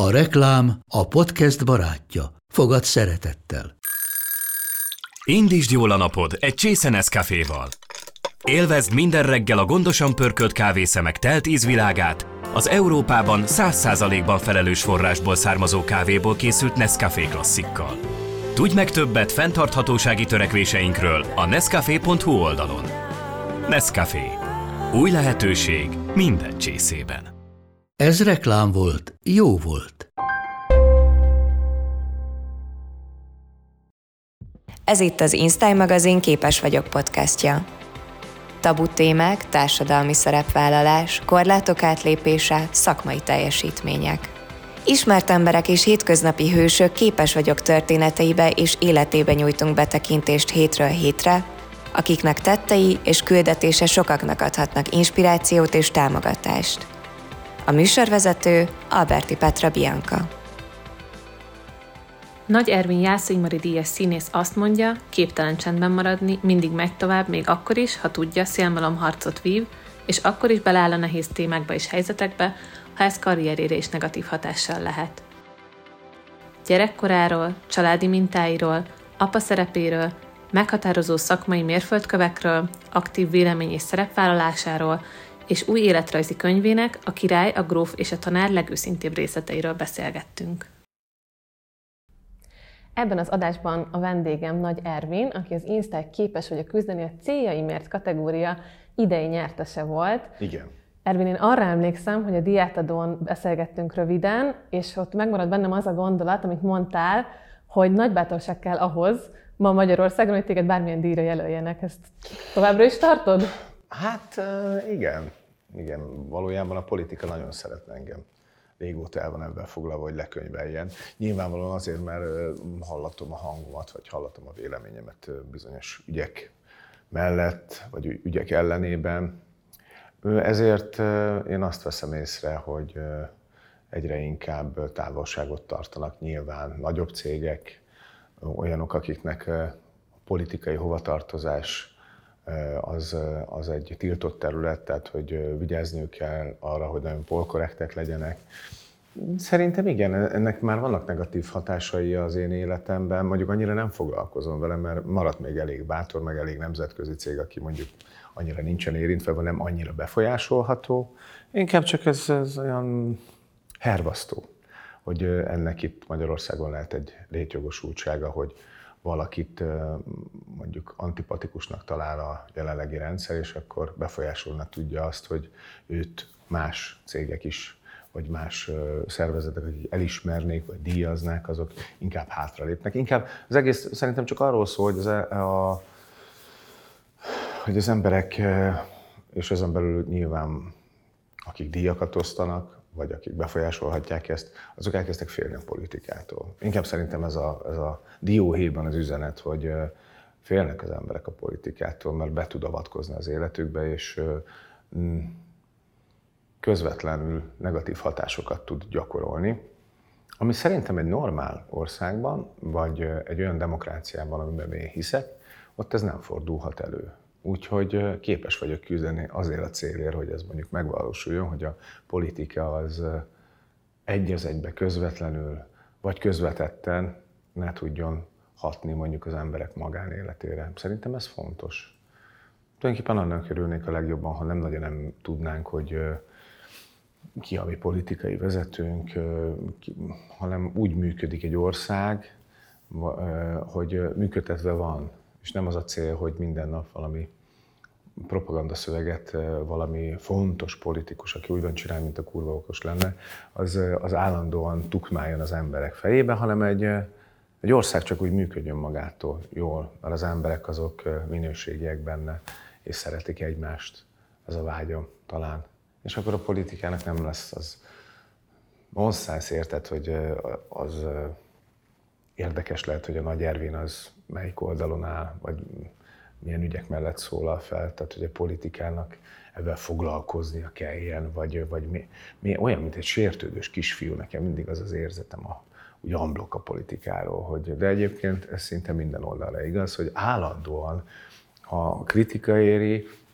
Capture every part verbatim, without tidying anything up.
A reklám a podcast barátja. Fogad szeretettel. Indítsd jól a napod egy csésze Nescaféval. Élvezd minden reggel a gondosan pörkölt kávészemek telt ízvilágát, az Európában száz százalékban felelős forrásból származó kávéból készült Nescafé klasszikkal. Tudj meg többet fenntarthatósági törekvéseinkről a nescafé pont hu oldalon. Nescafé. Új lehetőség minden csészében. Ez reklám volt, jó volt. Ez itt az InStyle magazin Képes vagyok podcastja. Tabu témák, társadalmi szerepvállalás, korlátok átlépése, szakmai teljesítmények. Ismert emberek és hétköznapi hősök Képes vagyok történeteibe és életébe nyújtunk betekintést hétről hétre, akiknek tettei és küldetése sokaknak adhatnak inspirációt és támogatást. A műsorvezető Alberti Petra Bianca. Nagy Ervin Jászai Mari díjas színész azt mondja, képtelen csendben maradni, mindig megy tovább, még akkor is, ha tudja, szélmalomharcot vív, és akkor is beleáll a nehéz témákba és helyzetekbe, ha ez karrierére is negatív hatással lehet. Gyerekkoráról, családi mintáiról, apa szerepéről, meghatározó szakmai mérföldkövekről, aktív vélemény és szerepvállalásáról, és új életrajzi könyvének, a király, a gróf és a tanár legőszintébb részleteiről beszélgettünk. Ebben az adásban a vendégem Nagy Ervin, aki az InStyle Képes vagyok küzdeni a céljaimért kategória idei nyertese volt. Igen. Ervin, én arra emlékszem, hogy a diátadón beszélgettünk röviden, és ott megmaradt bennem az a gondolat, amit mondtál, hogy nagy bátorság kell ahhoz, ma Magyarországon, hogy téged bármilyen díjra jelöljenek. Ezt továbbra is tartod? Hát igen. Igen, valójában a politika nagyon szeretne engem. Régóta el van ebben foglalva, hogy lekönyveljen. Nyilvánvalóan azért, mert hallatom a hangomat, vagy hallatom a véleményemet bizonyos ügyek mellett, vagy ügyek ellenében. Ezért én azt veszem észre, hogy egyre inkább távolságot tartanak nyilván nagyobb cégek, olyanok, akiknek a politikai hovatartozás az, az egy tiltott terület, tehát hogy vigyázniuk kell arra, hogy nagyon polkorrektek legyenek. Szerintem igen, ennek már vannak negatív hatásai az én életemben, mondjuk annyira nem foglalkozom vele, mert maradt még elég bátor, meg elég nemzetközi cég, aki mondjuk annyira nincsen érintve, vagy nem annyira befolyásolható. Inkább csak ez, ez olyan hervasztó, hogy ennek itt Magyarországon lehet egy létjogosultsága, hogy valakit mondjuk antipatikusnak talál a jelenlegi rendszer, és akkor befolyásolni tudja azt, hogy őt más cégek is, vagy más szervezetek, akik elismernék, vagy díjaznák, azok inkább hátralépnek. Inkább az egész szerintem csak arról szól, hogy az, a, hogy az emberek, és ezen belül nyilván akik díjakat osztanak, vagy akik befolyásolhatják ezt, azok elkezdtek félni a politikától. Inkább szerintem ez a, ez a dióhéjban az üzenet, hogy félnek az emberek a politikától, mert be tud avatkozni az életükbe, és közvetlenül negatív hatásokat tud gyakorolni, ami szerintem egy normál országban, vagy egy olyan demokráciában, amiben én hiszek, ott ez nem fordulhat elő. Úgyhogy képes vagyok küzdeni azért a célért, hogy ez mondjuk megvalósuljon, hogy a politika az egy az egybe közvetlenül, vagy közvetetten ne tudjon hatni mondjuk az emberek magánéletére. Szerintem ez fontos. Tulajdonképpen annak örülnék a legjobban, ha nem nagyon nem tudnánk, hogy ki a mi politikai vezetőnk, hanem úgy működik egy ország, hogy működtetve van. És nem az a cél, hogy minden nap valami propagandaszöveget, valami fontos politikus, aki úgy van csinálni, mint a kurva okos lenne, az, az állandóan tukmáljon az emberek fejébe, hanem egy, egy ország csak úgy működjön magától jól, mert az emberek azok minőségiek benne, és szeretik egymást. Ez a vágyam talán. És akkor a politikának nem lesz az nonsens, érted, hogy az érdekes lehet, hogy a Nagy Ervin az melyik oldalon áll, vagy milyen ügyek mellett szólal fel, tehát hogy a politikának ebben foglalkoznia kelljen, vagy, vagy mi, mi, olyan, mint egy sértődős kisfiú, nekem mindig az az érzetem a, úgy amblok a politikáról, hogy, de egyébként ez szinte minden oldalra igaz, hogy állandóan a kritika éri,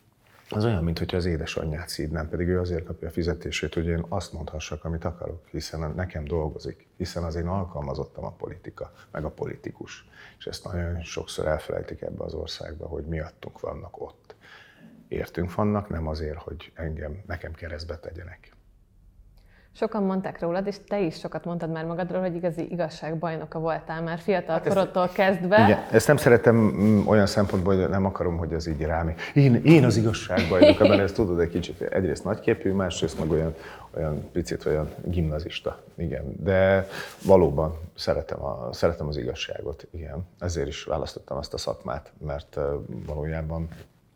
az olyan, mintha az édesanyját szídnám, pedig ő azért kapja a fizetését, hogy én azt mondhassak, amit akarok, hiszen nekem dolgozik, hiszen az én alkalmazottam a politika, meg a politikus. És ezt nagyon sokszor elfelejtik ebbe az országba, hogy miattunk vannak ott. Értünk vannak, nem azért, hogy engem, nekem keresztbe tegyenek. Sokan mondták rólad, és te is sokat mondtad már magadról, hogy igazi igazságbajnoka voltál már fiatal hát korodtól ezt, kezdve. Igen, ezt nem szeretem olyan szempontból, hogy nem akarom, hogy az így rám. Én, én az igazságbajnoka, mert ezt tudod egy kicsit egyrészt nagyképű, másrészt meg olyan, olyan picit olyan gimnazista. Igen, de valóban szeretem, a, szeretem az igazságot, igen. Ezért is választottam ezt a szakmát, mert valójában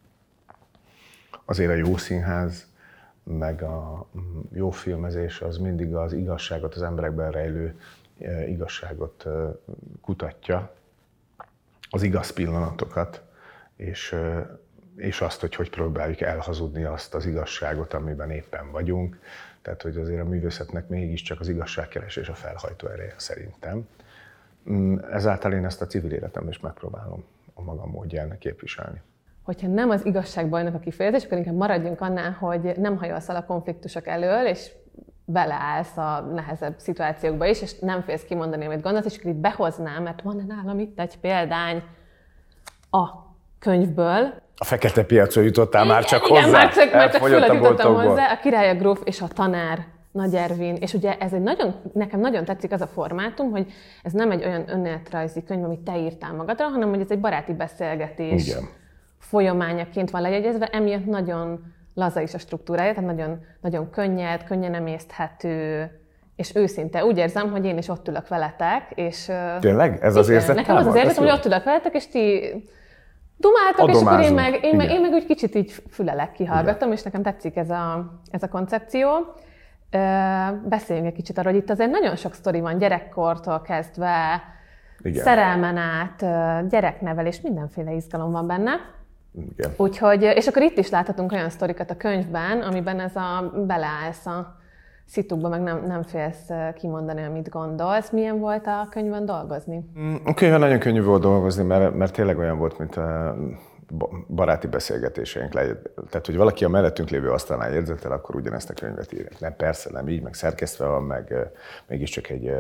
azért a jó színház, meg a jó filmezés az mindig az igazságot, az emberekben rejlő igazságot kutatja, az igaz pillanatokat, és, és azt, hogy hogy próbáljuk elhazudni azt az igazságot, amiben éppen vagyunk. Tehát, hogy azért a művészetnek mégiscsak az igazságkeresés a felhajtó ereje szerintem. Ezáltal én ezt a civil életemben is megpróbálom a magam módján képviselni. Hogyha nem az igazságbajnok a kifejezés, akkor inkább maradjunk annál, hogy nem hajolsz el a konfliktusok elől, és beleállsz a nehezebb szituációkba is, és nem félsz kimondani, amit gondolsz, és akkor itt behoznám, mert van nálam itt egy példány a könyvből. A fekete piacon jutottál már csak igen, hozzá? Igen, már csak, már csak fölött jutottam boltokból. hozzá. A Király, a gróf és a tanár, Nagy Ervin. És ugye ez egy nagyon, nekem nagyon tetszik az a formátum, hogy ez nem egy olyan önéletrajzi könyv, amit te írtál magadra, hanem hogy ez egy baráti beszélgetés. Igen. Folyamányaként van lejegyezve, emiatt nagyon laza is a struktúrája, tehát nagyon, nagyon könnyed, könnyen emészthető, és őszinte. Úgy érzem, hogy én is ott ülök veletek, és... Tényleg? Ez az érzet? Nekem az az érzetem, hogy ott ülök veletek, és ti dumáltok, és akkor én meg, én, meg, én meg úgy kicsit így fülelek, kihallgatom, igen. És nekem tetszik ez a, ez a koncepció. Beszéljünk egy kicsit arról, hogy itt azért nagyon sok sztori van, gyerekkortól kezdve, igen. Szerelmen át, gyereknevelés, mindenféle izgalom van benne. Igen. Úgyhogy, és akkor itt is láthatunk olyan sztorikat a könyvben, amiben ez a beleállsz a szitukba, meg nem, nem félsz kimondani, amit gondolsz. Milyen volt a könyvben dolgozni? A könyvben nagyon könnyű volt dolgozni, mert, mert tényleg olyan volt, mint a baráti beszélgetéseink. Tehát, hogy valaki a mellettünk lévő asztalnál jegyzetel, akkor ugyanezt a könyvet írja. Nem, persze nem így, meg szerkesztve van, meg mégiscsak egy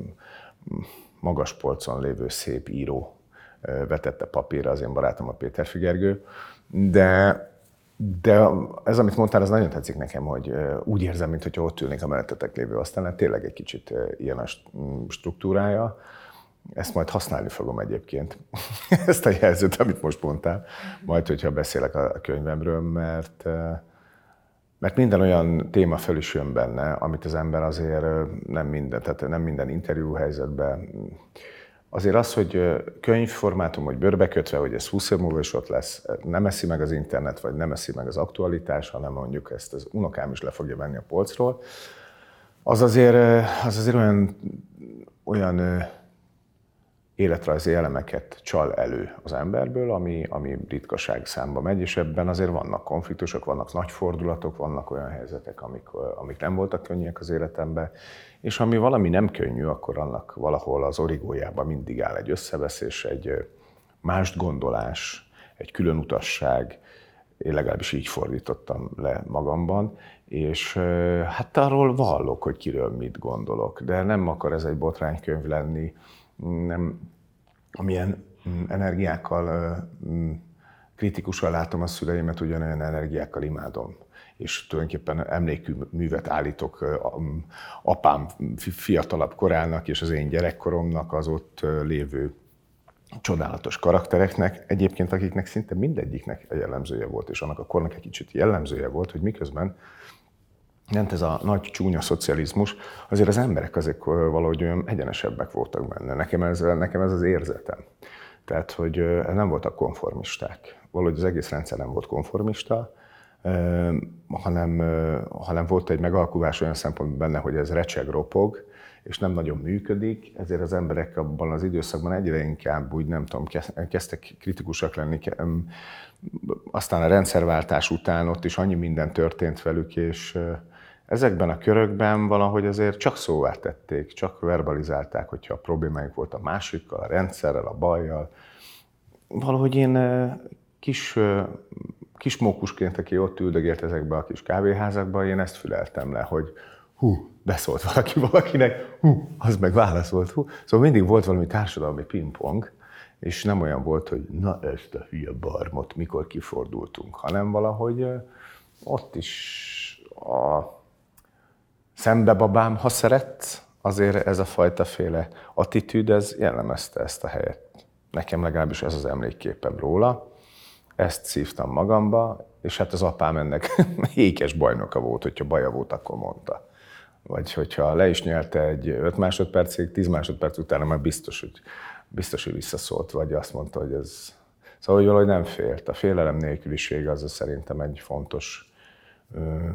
magas polcon lévő szép író vetette papírra, az én barátom a Péterfi Gergő, de, de ez, amit mondtál, az nagyon tetszik nekem, hogy úgy érzem, mintha ott ülnék a mellettetek lévő asztalnál, tényleg egy kicsit ilyen a struktúrája. Ezt majd használni fogom egyébként, ezt a jelzőt, amit most mondtál, majd, hogyha beszélek a könyvemről, mert, mert minden olyan téma föl is jön benne, amit az ember azért nem minden, tehát nem minden interjú helyzetben. Azért az, hogy könyvformátum, hogy bőrbe kötve, hogy ez húsz év múlva is ott lesz, nem eszi meg az internet, vagy nem eszi meg az aktualitás, hanem mondjuk ezt az unokám is le fogja venni a polcról, az azért, az azért olyan, olyan életrajzi elemeket csal elő az emberből, ami, ami ritkaság számba megy, és ebben azért vannak konfliktusok, vannak nagy fordulatok, vannak olyan helyzetek, amik, amik nem voltak könnyűek az életemben, és ami valami nem könnyű, akkor annak valahol az origójában mindig áll egy összeveszés, egy mást gondolás, egy külön utasság, én legalábbis így fordítottam le magamban, és hát arról vallok, hogy kiről mit gondolok, de nem akar ez egy botránykönyv lenni, nem, amilyen energiákkal kritikusan látom a szüleimet, ugyanolyan energiákkal imádom. És tulajdonképpen emlékművet állítok apám fiatalabb korának és az én gyerekkoromnak az ott lévő csodálatos karaktereknek, egyébként akiknek szinte mindegyiknek a jellemzője volt, és annak a kornak egy kicsit jellemzője volt, hogy miközben ment ez a nagy csúnya szocializmus, azért az emberek azért valahogy olyan egyenesebbek voltak benne. Nekem ez, nekem ez az érzetem. Tehát, hogy nem voltak konformisták. Valahogy az egész rendszer nem volt konformista, hanem, hanem volt egy megalkulás olyan szempontból benne, hogy ez recseg, ropog, és nem nagyon működik, ezért az emberek abban az időszakban egyre inkább úgy, nem tudom, kezdtek kritikusak lenni. Aztán a rendszerváltás után ott is annyi minden történt velük, és ezekben a körökben valahogy azért csak szóvá tették, csak verbalizálták, hogyha a problémájuk volt a másikkal, a rendszerrel, a bajjal. Valahogy én kis kismókusként, aki ott üldögélt ezekbe a kis kávéházakba, én ezt füleltem le, hogy hú, beszólt valaki valakinek, hú, az meg válaszolt, hú. Szóval mindig volt valami társadalmi pingpong, és nem olyan volt, hogy na ezt a hülye barmot mikor kifordultunk, hanem valahogy ott is a szembebabám, ha szeret, azért ez a fajta féle attitűd, ez jellemezte ezt a helyet. Nekem legalábbis ez az emlékképem róla. Ezt szívtam magamba, és hát az apám ennek ékes bajnoka volt, hogyha baja volt, akkor mondta. Vagy hogyha le is nyelte egy öt másodpercig, tíz másodperc utána már biztos, hogy, biztos, hogy visszaszólt, vagy azt mondta, hogy ez... Szóval, hogy valahogy nem félt. A félelem nélküliség az szerintem egy fontos, ö,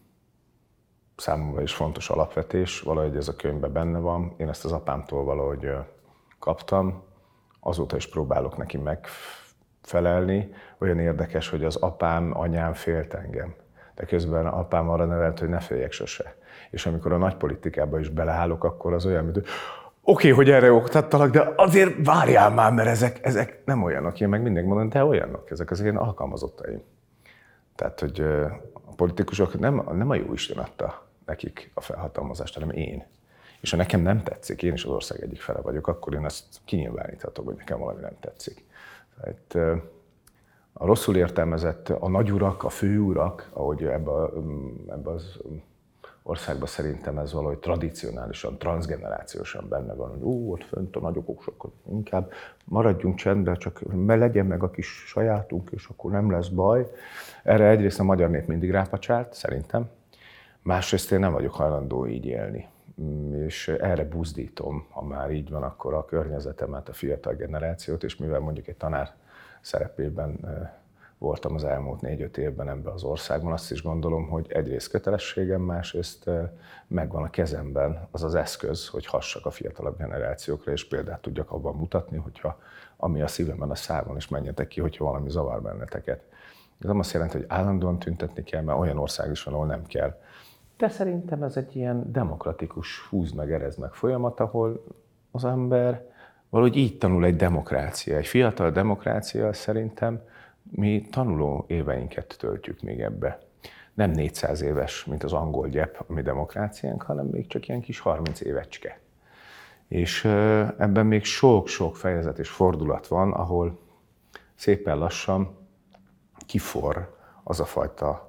számomra is fontos alapvetés. Valahogy ez a könyvben benne van. Én ezt az apámtól valahogy ö, kaptam. Azóta is próbálok neki megfelelni. Olyan érdekes, hogy az apám, anyám félt engem. De közben apám arra nevelt, hogy ne féljek sose. És amikor a nagypolitikába is beleállok, akkor az olyan, mint, hogy oké, okay, hogy erre oktattalak, de azért várjál már, mert ezek, ezek nem olyanok. Én meg mindig mondom, de olyanok, ezek az én alkalmazottaim. Tehát, hogy a politikusok nem, nem a Jóisten adta nekik a felhatalmazást, hanem én. És ha nekem nem tetszik, én is az ország egyik fele vagyok, akkor én azt kinyilváníthatom, hogy nekem valami nem tetszik. Tehát, a rosszul értelmezett, a nagyurak, a főurak, ahogy ebben ebbe az országban szerintem ez valahogy tradicionálisan, transgenerációsan benne van, hogy ó, ott fönt a nagyok okosak, inkább maradjunk csendben, csak legyen meg a kis sajátunk, és akkor nem lesz baj. Erre egyrészt a magyar nép mindig rápacsált, szerintem. Másrészt én nem vagyok hajlandó így élni. És erre buzdítom, ha már így van, akkor a környezetemet, a fiatal generációt, és mivel mondjuk egy tanár szerepében voltam az elmúlt négy-öt évben ebben az országban, azt is gondolom, hogy egyrészt kötelességem, másrészt megvan a kezemben az az eszköz, hogy hassak a fiatalabb generációkra, és példát tudjak abban mutatni, hogyha ami a szívemben, a szávon, és menjetek ki, hogyha valami zavar benneteket. Ez nem azt jelenti, hogy állandóan tüntetni kell, mert olyan ország is van, ahol nem kell. De szerintem ez egy ilyen demokratikus húz meg, erez meg folyamat, ahol az ember valahogy így tanul egy demokrácia. Egy fiatal demokrácia szerintem mi tanuló éveinket töltjük még ebbe. Nem négyszáz éves, mint az angol gyep, a mi demokráciánk, hanem még csak ilyen kis harminc évecske. És ebben még sok-sok fejezet és fordulat van, ahol szépen lassan kifor az a fajta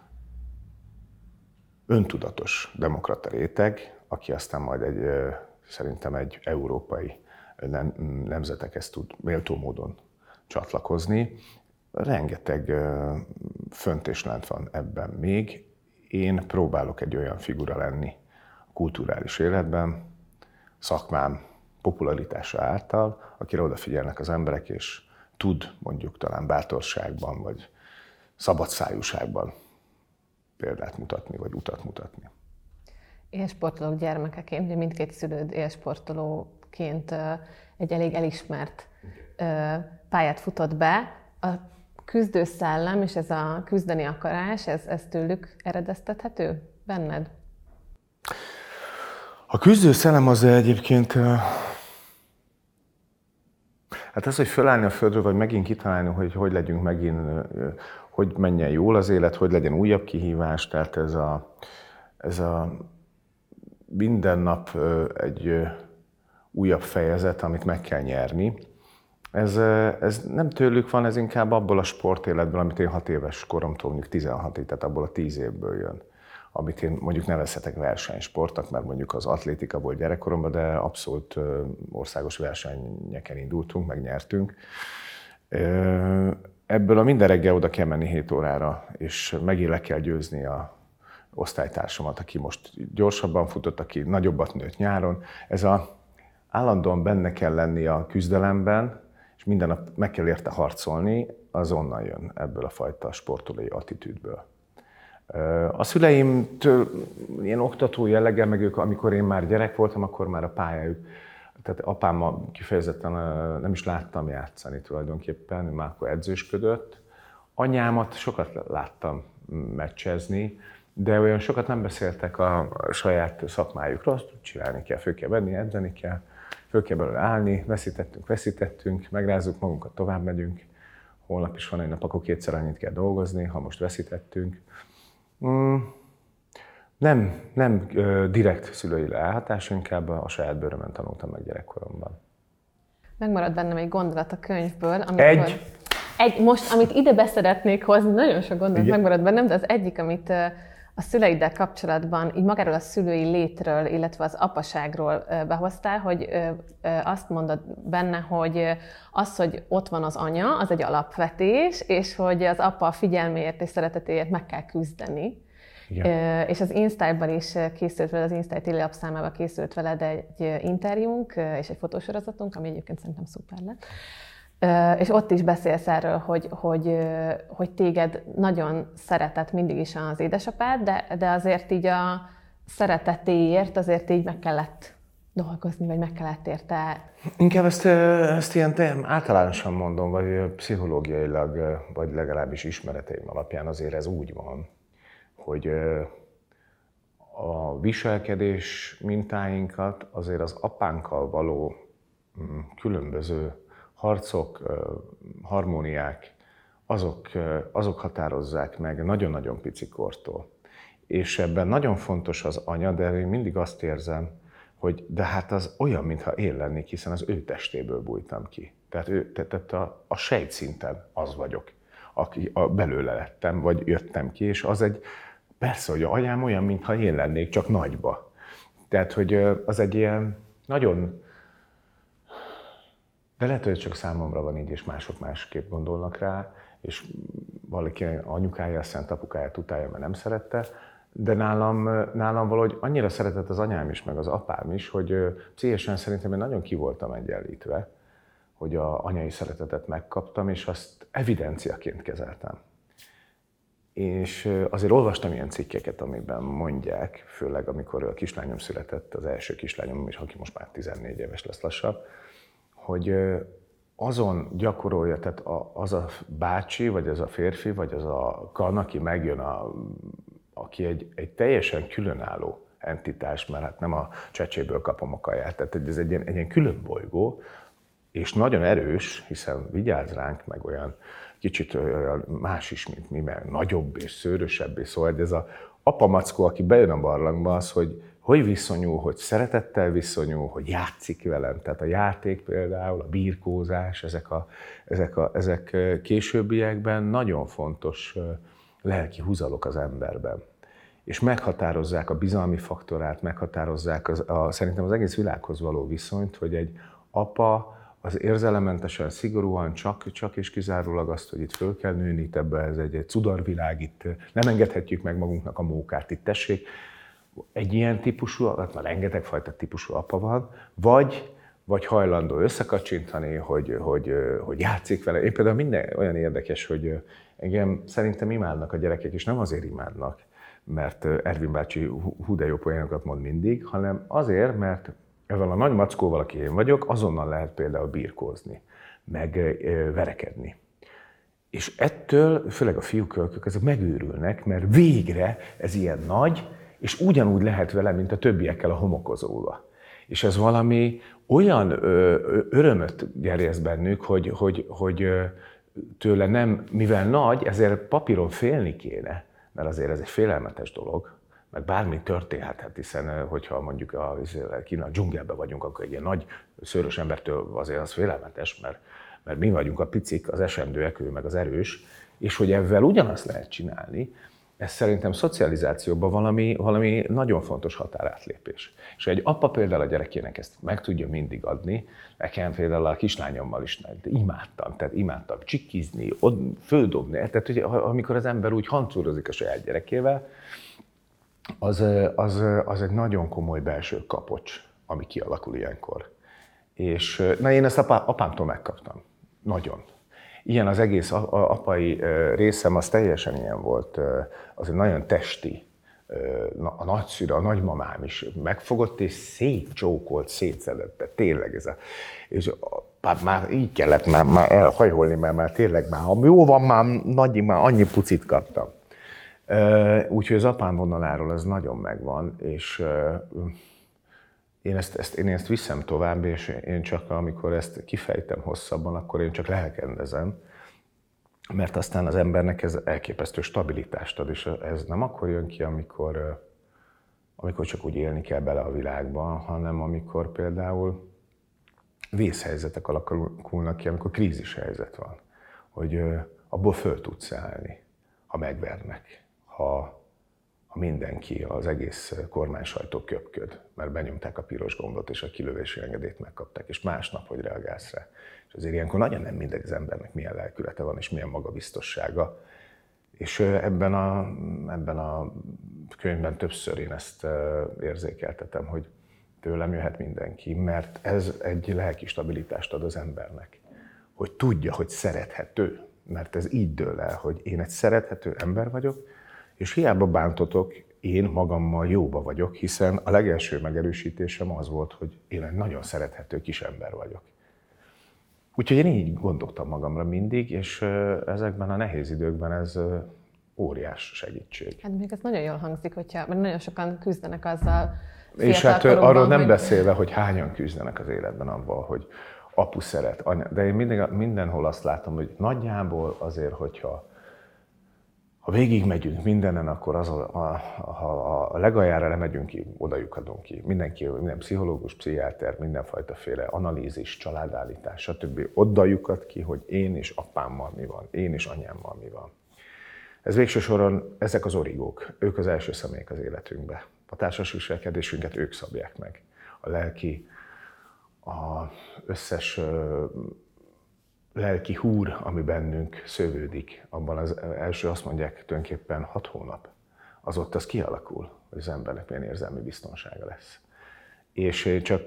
öntudatos demokrata réteg, aki aztán majd egy, szerintem egy európai nem, nemzetekhez tud méltó módon csatlakozni. Rengeteg fönt és lent van ebben még. Én próbálok egy olyan figura lenni a kulturális életben, szakmám popularitása által, akire odafigyelnek az emberek, és tud mondjuk talán bátorságban, vagy szabadszájúságban példát mutatni, vagy utat mutatni. Élsportolók gyermekeként, mindkét szülőd élsportolóként egy elég elismert pályát futott be. A küzdőszellem és ez a küzdeni akarás, ez, ez tőlük eredeztethető benned? A küzdőszellem az egyébként, hát az, hogy fölállni a földről, vagy megint kitalálni, hogy hogy legyünk megint, hogy menjen jól az élet, hogy legyen újabb kihívás, tehát ez a, ez a minden nap egy újabb fejezet, amit meg kell nyerni. Ez, ez nem tőlük van, ez inkább abból a sportéletből, amit én hat éves koromtól, mondjuk tizenhatig, tehát abból a tíz évből jön, amit én mondjuk nevezhetek versenysportnak, mert mondjuk az atlétika volt gyerekkoromban, de abszolút országos versenyeken indultunk, megnyertünk. Ebből a minden reggel oda kell menni hét órára, és megint le kell győzni a osztálytársamat, aki most gyorsabban futott, aki nagyobbat nőtt nyáron. Ez a állandóan benne kell lenni a küzdelemben, és minden nap meg kell érte harcolni, az onnan jön ebből a fajta sportolói attitűdből. A szüleimtől ilyen oktató jellege, meg ők, amikor én már gyerek voltam, akkor már a pályájuk, tehát apámmal kifejezetten nem is láttam játszani tulajdonképpen, ő már akkor edzősködött. Anyámat sokat láttam meccsezni, de olyan sokat nem beszéltek a saját szakmájukról, azt csinálni kell, föl kell venni, edzeni kell, föl kell belőle állni, veszítettünk, veszítettünk, megrázzuk magunkat, tovább megyünk. holnap is van egy nap, akkor kétszer annyit kell dolgozni, ha most veszítettünk. Mm, nem, nem direkt szülői leelhatás, inkább a saját bőrömön tanultam meg gyerekkoromban. Megmaradt bennem egy gondolat a könyvből, amikor... Egy? Egy, most, amit ide beszeretnék hozni, nagyon sok gondolat Igen. megmaradt bennem, de az egyik, amit a szüleiddel kapcsolatban, így magáról a szülői létről, illetve az apaságról behoztál, hogy azt mondod benne, hogy az, hogy ott van az anya, az egy alapvetés, és hogy az apa figyelméért és szeretetéért meg kell küzdeni. Igen. És az InStyle-ban is készült veled, az InStyle Téli Lapszámában készült veled egy interjúnk és egy fotósorozatunk, ami egyébként szerintem szuper lett. És ott is beszélsz erről, hogy, hogy, hogy téged nagyon szeretett mindig is az édesapád, de, de azért így a szeretetéért azért így meg kellett dolgozni, vagy meg kellett érte. Inkább ezt, ezt ilyen általánosan mondom, vagy pszichológiailag, vagy legalábbis ismereteim alapján azért ez úgy van, hogy a viselkedés mintáinkat azért az apánkkal való különböző harcok, harmóniák, azok, azok határozzák meg nagyon-nagyon pici kortól. És ebben nagyon fontos az anya, de én mindig azt érzem, hogy de hát az olyan, mintha én lennék, hiszen az ő testéből bújtam ki. Tehát, ő, tehát a, a sejtszinten az vagyok, aki a, belőle lettem, vagy jöttem ki, és az egy, persze, hogy a anyám olyan, mintha én lennék, csak nagyba. Tehát, hogy az egy ilyen nagyon... De lehet, hogy csak számomra van így, és mások másképp gondolnak rá, és valaki anyukája, a szent apukáját utálja, mert nem szerette, de nálam, nálam valahogy annyira szeretett az anyám is, meg az apám is, hogy pszichésen szerintem én nagyon ki voltam egyenlítve, hogy az anyai szeretetet megkaptam, és azt evidenciaként kezeltem. És azért olvastam ilyen cikkeket, amiben mondják, főleg amikor a kislányom született, az első kislányom, és aki most már tizennégy éves lesz lassan, hogy azon gyakorolja, tehát az a bácsi, vagy az a férfi, vagy az a kan, aki megjön, a, aki egy, egy teljesen különálló entitás, mert hát nem a csecséből kapom a kaját, tehát ez egy ilyen, egy ilyen külön bolygó, és nagyon erős, hiszen vigyáz ránk, meg olyan kicsit olyan más is, mint mi, mert nagyobb és szőrösebb, és szóval ez az apamackó, aki bejön a barlangba, az, hogy hogy viszonyul, hogy szeretettel viszonyul, hogy játszik velem. Tehát a játék például, a birkózás, ezek, a, ezek, a, ezek későbbiekben nagyon fontos lelki húzalok az emberben. És meghatározzák a bizalmi faktorát, meghatározzák az, a, szerintem az egész világhoz való viszonyt, hogy egy apa az érzelemmentesen, szigorúan csak, csak és kizárólag azt, hogy itt föl kell nőni, itt ebbe ez egy, egy cudarvilág, itt nem engedhetjük meg magunknak a mókát, itt tessék. Egy ilyen típusú, hát már rengeteg fajta típusú apa van, vagy, vagy hajlandó összekacsintani, hogy, hogy, hogy játszik vele. Én például minden olyan érdekes, hogy engem szerintem imádnak a gyerekek, és nem azért imádnak, mert Ervin bácsi hú de jó poénokat mond mindig, hanem azért, mert ezzel a nagy mackóval, aki én vagyok, azonnal lehet például birkózni, meg verekedni. És ettől, főleg a fiúkölkök, ezek megőrülnek, mert végre ez ilyen nagy, és ugyanúgy lehet vele, mint a többiekkel a homokozóba. És ez valami olyan ö, örömöt gerjeszt bennük, hogy, hogy, hogy tőle nem, mivel nagy, ezért papíron félni kéne, mert azért ez egy félelmetes dolog, meg bármi történhet, hiszen hogyha mondjuk a Kína dzsungelben vagyunk, akkor egy ilyen nagy szőrös embertől azért az félelmetes, mert, mert mi vagyunk a picik, az esendőek, ő meg az erős, és hogy ezzel ugyanazt lehet csinálni, ez szerintem szocializációban valami, valami nagyon fontos határátlépés. És egy apa például a gyerekének ezt meg tudja mindig adni, nekem például a kislányommal is imádtam, tehát imádtam csikizni, földobni, tehát hogy amikor az ember úgy hancúrozik a saját gyerekével, az, az, az egy nagyon komoly belső kapocs, ami kialakul ilyenkor. És na én ezt apá, apámtól megkaptam, nagyon. Ilyen az egész apai részem, az teljesen ilyen volt, az egy nagyon testi. A nagyszülő, a nagymamám is megfogott és szétcsókolt, szétszedett, tényleg ez a... És már így kellett már, már elhajolni, mert már tényleg már, ha jó van, már nagy, már annyi pucit kaptam. Úgyhogy az apám vonaláról ez nagyon megvan, és Én ezt, ezt, én ezt viszem tovább, és én csak amikor ezt kifejtem hosszabban, akkor én csak lelkendezem, mert aztán az embernek ez elképesztő stabilitást ad, és ez nem akkor jön ki, amikor, amikor csak úgy élni kell bele a világban, hanem amikor például vészhelyzetek alakulnak ki, amikor krízishelyzet van, hogy abból föl tudsz állni, ha megvernek, ha, ha mindenki, az egész kormánysajtó köpköd, mert benyomták a piros gombot, és a kilövési engedélyt megkapták, és másnap, hogy reagálsz rá. És azért ilyenkor nagyon nem mindegy az embernek milyen lelkülete van, és milyen magabiztossága. És ebben a, ebben a könyvben többször én ezt érzékeltetem, hogy tőlem jöhet mindenki, mert ez egy lelki stabilitást ad az embernek, hogy tudja, hogy szerethető, mert ez így dől el, hogy én egy szerethető ember vagyok, és hiába bántotok, én magammal jóba vagyok, hiszen a legelső megerősítésem az volt, hogy én egy nagyon szerethető kis ember vagyok. Úgyhogy én így gondoltam magamra mindig, és ezekben a nehéz időkben ez óriás segítség. Hát még ez nagyon jól hangzik, hogyha, mert nagyon sokan küzdenek azzal. És hát arról nem hogy... beszélve, hogy hányan küzdenek az életben abban, hogy apu szeret, anya. De én minden, mindenhol azt látom, hogy nagyjából azért, hogyha ha végigmegyünk mindenen, akkor az a, a, a, a legaljára lemegyünk ki, odajukadunk ki. Mindenki, minden pszichológus, pszichiáter, mindenfajtaféle analízis, családállítás, stb. Odajukad ki, hogy én és apámmal mi van, én és anyámmal mi van. Ez végső soron ezek az origók, ők az első személyek az életünkben. A társas viselkedésünket ők szabják meg. A lelki, az összes lelki húr, ami bennünk szövődik, abban az első azt mondják tulajdonképpen hat hónap, az ott az kialakul, hogy az embernek milyen érzelmi biztonsága lesz. És én csak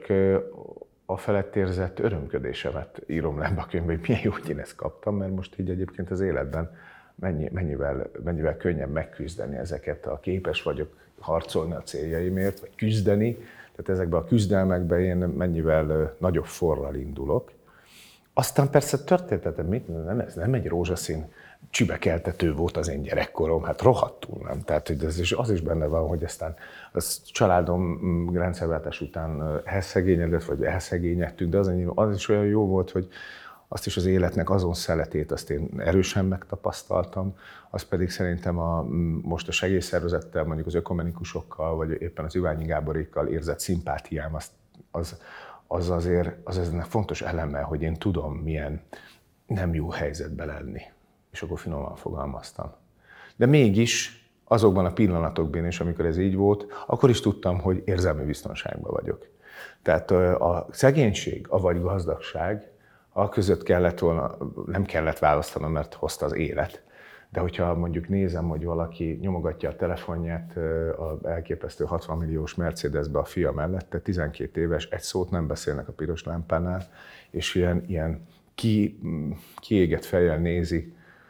a felett érzett örömködésemet írom le a könyvbe, hogy milyen jó, hogy én ezt kaptam, mert most így egyébként az életben mennyi, mennyivel, mennyivel könnyebb megküzdeni ezeket, a képes vagyok harcolni a céljaimért, vagy küzdeni, tehát ezekben a küzdelmekben én mennyivel nagyobb forral indulok. Aztán persze történetem, mit, nem, ez nem egy rózsaszín csübekeltető volt az én gyerekkorom, hát rohadtul nem. Tehát hogy ez is, az is benne van, hogy aztán a családom rendszerváltás után elszegényedett, vagy elszegényedtünk, de az, az is olyan jó volt, hogy azt is az életnek azon szeletét azt én erősen megtapasztaltam, az pedig szerintem a, most a segélyszervezettel, mondjuk az ökumenikusokkal, vagy éppen az Iványi Gáborékkal érzett szimpátiám, az, az, az azért az ennek fontos eleme, hogy én tudom, milyen nem jó helyzetben lenni. És akkor finoman fogalmaztam. De mégis azokban a pillanatokban is, amikor ez így volt, akkor is tudtam, hogy érzelmi biztonságban vagyok. Tehát a szegénység, avagy gazdagság, a között kellett volna, nem kellett választanom, mert hozta az élet. De hogyha mondjuk nézem, hogy valaki nyomogatja a telefonját az elképesztő hatvan milliós Mercedesbe a fia mellette, tizenkét éves, egy szót nem beszélnek a piros lámpánál, és ilyen, ilyen ki, kiégett fejjel nézi,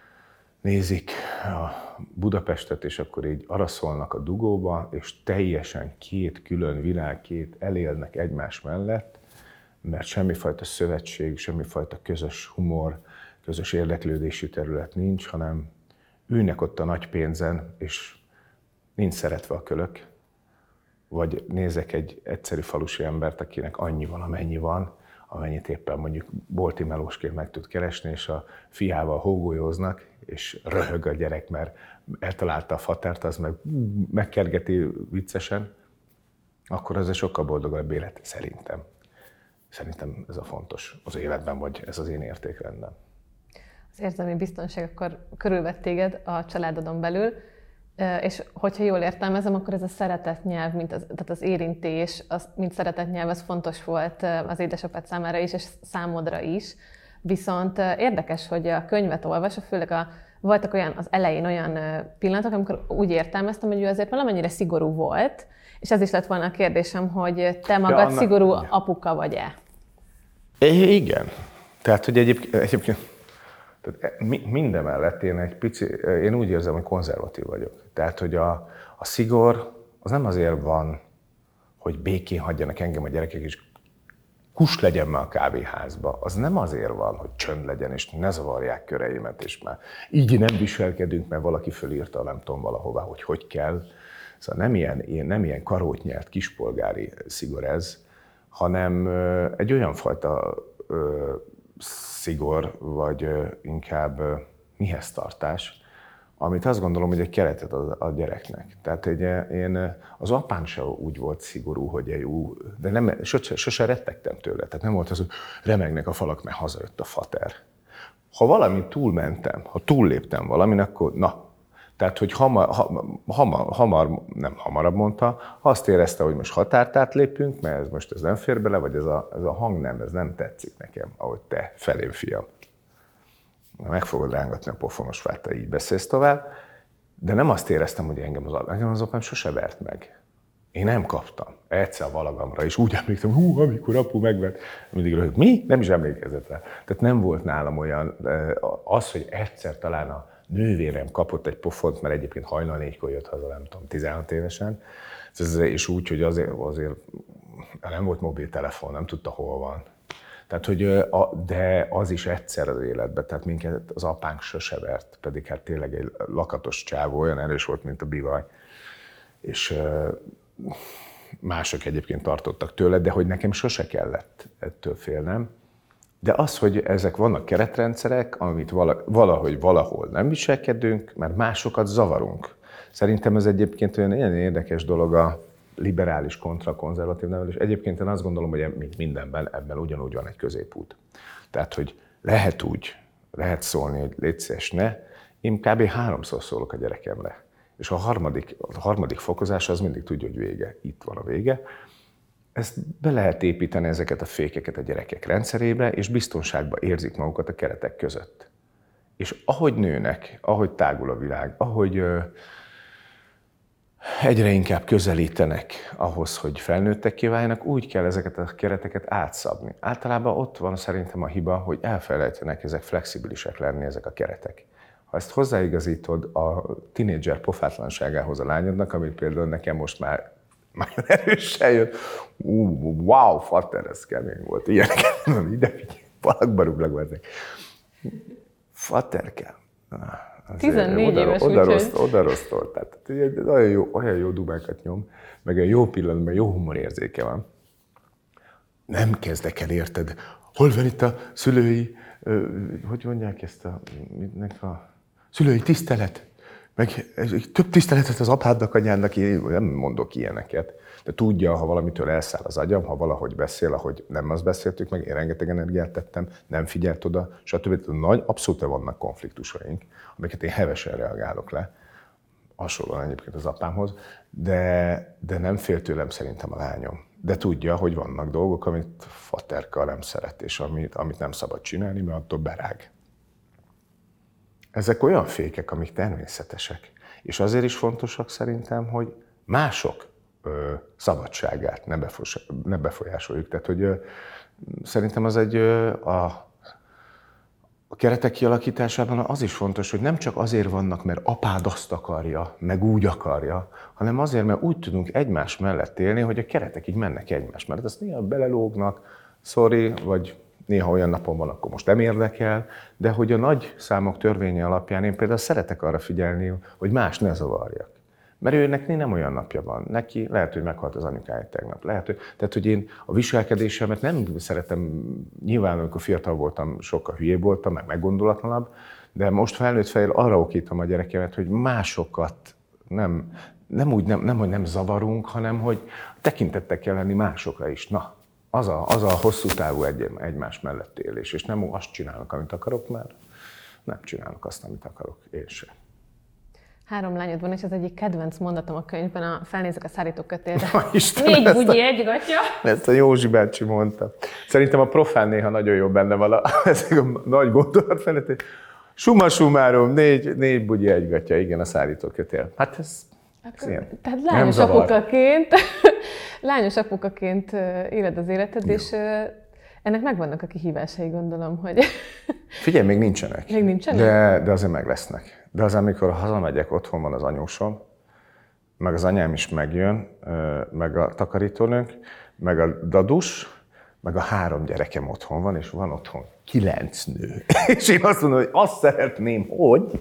nézik a Budapestet, és akkor így araszolnak a dugóba, és teljesen két külön világ, két elélnek egymás mellett, mert semmifajta szövetség, semmifajta közös humor, közös érdeklődési terület nincs, hanem ülnek ott a nagy pénzen, és nincs szeretve a kölök. Vagy nézek egy egyszerű falusi embert, akinek annyi van, amennyi van, amennyit éppen mondjuk bolti melósként meg tud keresni, és a fiával hógolyóznak, és röhög a gyerek, mert eltalálta a fatárt, az meg megkergeti viccesen, akkor az egy sokkal boldogabb élet, szerintem. Szerintem ez a fontos az életben, vagy ez az én értékrendem. Az érzelmi biztonság akkor körülvett téged a családodon belül, és hogyha jól értelmezem, akkor ez a szeretetnyelv, mint az, tehát az érintés, az, mint szeretetnyelv, az fontos volt az édesapád számára is, és számodra is. Viszont érdekes, hogy a könyvet olvasva, főleg a, voltak olyan, az elején olyan pillanatok, amikor úgy értelmeztem, hogy ő azért valamennyire szigorú volt, és ez is lett volna a kérdésem, hogy te magad ja, annak, szigorú ja. apuka vagy-e? É, igen. Tehát, hogy egyébként, egyébként tehát mindemellett én egy pici, én úgy érzem, hogy konzervatív vagyok. Tehát, hogy a, a szigor az nem azért van, hogy békén hagyjanak engem a gyerekek, és kus legyen már a kávéházba. Az nem azért van, hogy csönd legyen, és ne zavarják köreimet, és már így nem viselkedünk, mert valaki fölírta, nem tudom valahová, hogy hogy kell. Szóval nem ilyen, nem ilyen karótnyelt kispolgári szigor ez, hanem egy olyan fajta ö, szigor, vagy ö, inkább ö, mihez tartás, amit azt gondolom, hogy egy keretet ad a gyereknek. Tehát egy, én, az apám se úgy volt szigorú, hogy egy ú, de nem, sose, sose rettegtem tőle. Tehát nem volt az, hogy remegnek a falak, mert hazajött a fater. Ha valamit túlmentem, ha túlléptem valamin, akkor na. Tehát, hogy hamar, hamar, hamar, nem hamarabb mondta, ha azt érezte, hogy most határt átlépünk, mert ez most ez nem fér bele, vagy ez a, ez a hang nem, ez nem tetszik nekem, ahogy te felém, fiam. Meg fogod rángatni a pofonos fát, te így beszélsz tovább, de nem azt éreztem, hogy engem az, engem az apám sose vert meg. Én nem kaptam. Egyszer a valagamra, és úgy emlékszem, hú, amikor apu megvert, mindig röhög, mi? Nem is emlékezett rá. Tehát nem volt nálam olyan, az, hogy egyszer talán a nővérem kapott egy pofont, mert egyébként hajnal négykor jött haza, nem tudom, tizenhat évesen, és úgy, hogy azért, azért nem volt mobiltelefon, nem tudta, hol van. Tehát, hogy, de az is egyszer az életben, tehát minket az apánk sose vert, pedig hát tényleg egy lakatos csávó, olyan erős volt, mint a bivaj. És mások egyébként tartottak tőle, de hogy nekem sose kellett ettől félnem. De az, hogy ezek vannak keretrendszerek, amit valahogy valahol nem viselkedünk, mert másokat zavarunk. Szerintem ez egyébként olyan ilyen érdekes dolog a liberális kontra konzervatív nevelés. Egyébként én azt gondolom, hogy mint mindenben ebben ugyanúgy van egy középút. Tehát, hogy lehet úgy, lehet szólni, hogy légy szíves, ne. Én kb. háromszor szólok a gyerekemre. És a harmadik, a harmadik fokozás az mindig tudja, hogy vége. Itt van a vége. Ezt be lehet építeni, ezeket a fékeket a gyerekek rendszerébe, és biztonságban érzik magukat a keretek között. És ahogy nőnek, ahogy tágul a világ, ahogy ö, egyre inkább közelítenek ahhoz, hogy felnőttekké váljanak, úgy kell ezeket a kereteket átszabni. Általában ott van szerintem a hiba, hogy elfelejtenek ezek flexibilisek lenni, ezek a keretek. Ha ezt hozzáigazítod a tinédzser pofátlanságához a lányodnak, amit például nekem most már már erősen jött. Uh, wow, fater, ez kemény volt. Ilyenek, nem ide figyelj, balakba rúglag ezek. Faterke. tizennégy éves, oda, úgyhogy... Oda rossztól. Tehát olyan jó, olyan jó dubákat nyom, meg egy jó pillanatban jó humorérzéke van. Nem kezdek el, érted? Hol van itt a szülői, hogy mondják ezt a, a szülői tisztelet? Meg több tiszteletet az apádnak, anyádnak, én nem mondok ilyeneket. De tudja, ha valamitől elszáll az agyam, ha valahogy beszél, ahogy nem azt beszéltük meg, én rengeteg energiát tettem, nem figyelt oda, stb. Nagy, abszolút vannak konfliktusaink, amiket én hevesen reagálok le, hasonlóan egyébként az apámhoz, de, de nem fél tőlem szerintem a lányom. De tudja, hogy vannak dolgok, amit faterka nem szeret, és amit, amit nem szabad csinálni, mert attól berág. Ezek olyan fékek, amik természetesek. És azért is fontosak szerintem, hogy mások ö, szabadságát ne, befos, ne befolyásoljuk. Tehát, hogy ö, szerintem az egy ö, a, a keretek kialakításában az is fontos, hogy nem csak azért vannak, mert apád azt akarja, meg úgy akarja, hanem azért, mert úgy tudunk egymás mellett élni, hogy a keretek így mennek egymás mellett. Azt néha belelógnak, sorry, vagy néha olyan napon van, akkor most nem érdekel, de hogy a nagy számok törvénye alapján én például szeretek arra figyelni, hogy más ne zavarjak. Mert őnek nem olyan napja van. Neki lehet, hogy meghalt az anyukája tegnap. Lehet, hogy, tehát, hogy én a viselkedésemet nem szeretem, nyilván, amikor fiatal voltam, sokkal hülyébb voltam, meg meggondolatlanabb, de most felnőtt fejjel arra okítom a gyerekemet, hogy másokat nem, nem úgy, nem, nem, hogy nem zavarunk, hanem hogy tekintettel kell lenni másokra is. Na, Az a, az a hosszú távú egy, egymás mellett élés, és nem azt csinálnak, amit akarok, mert nem csinálnak azt, amit akarok, én sem. Három lányod van, és az egyik kedvenc mondatom a könyvben, a felnézek a szárítókötélre. Négy bugyi, egy gatya. Ezt a Józsi bácsi mondta. Szerintem a profán néha nagyon jó benne van a, ezek a nagy gondolatmenet. Summa summarum, négy, négy bugyi, egy gatya, igen, a szárítókötél. Hát ez, ez ilyen. Tehát lányos apukaként, lányos apukaként éled az életed, jó. És ennek megvannak a kihívásai, gondolom, hogy... Figyelj, még nincsenek. Még nincsenek? De, de azért meg lesznek. De az, amikor hazamegyek, otthon van az anyósom, meg az anyám is megjön, meg a takarítónőnk, meg a dadus, meg a három gyerekem otthon van, és van otthon kilenc nő. És én azt mondom, hogy azt szeretném, hogy...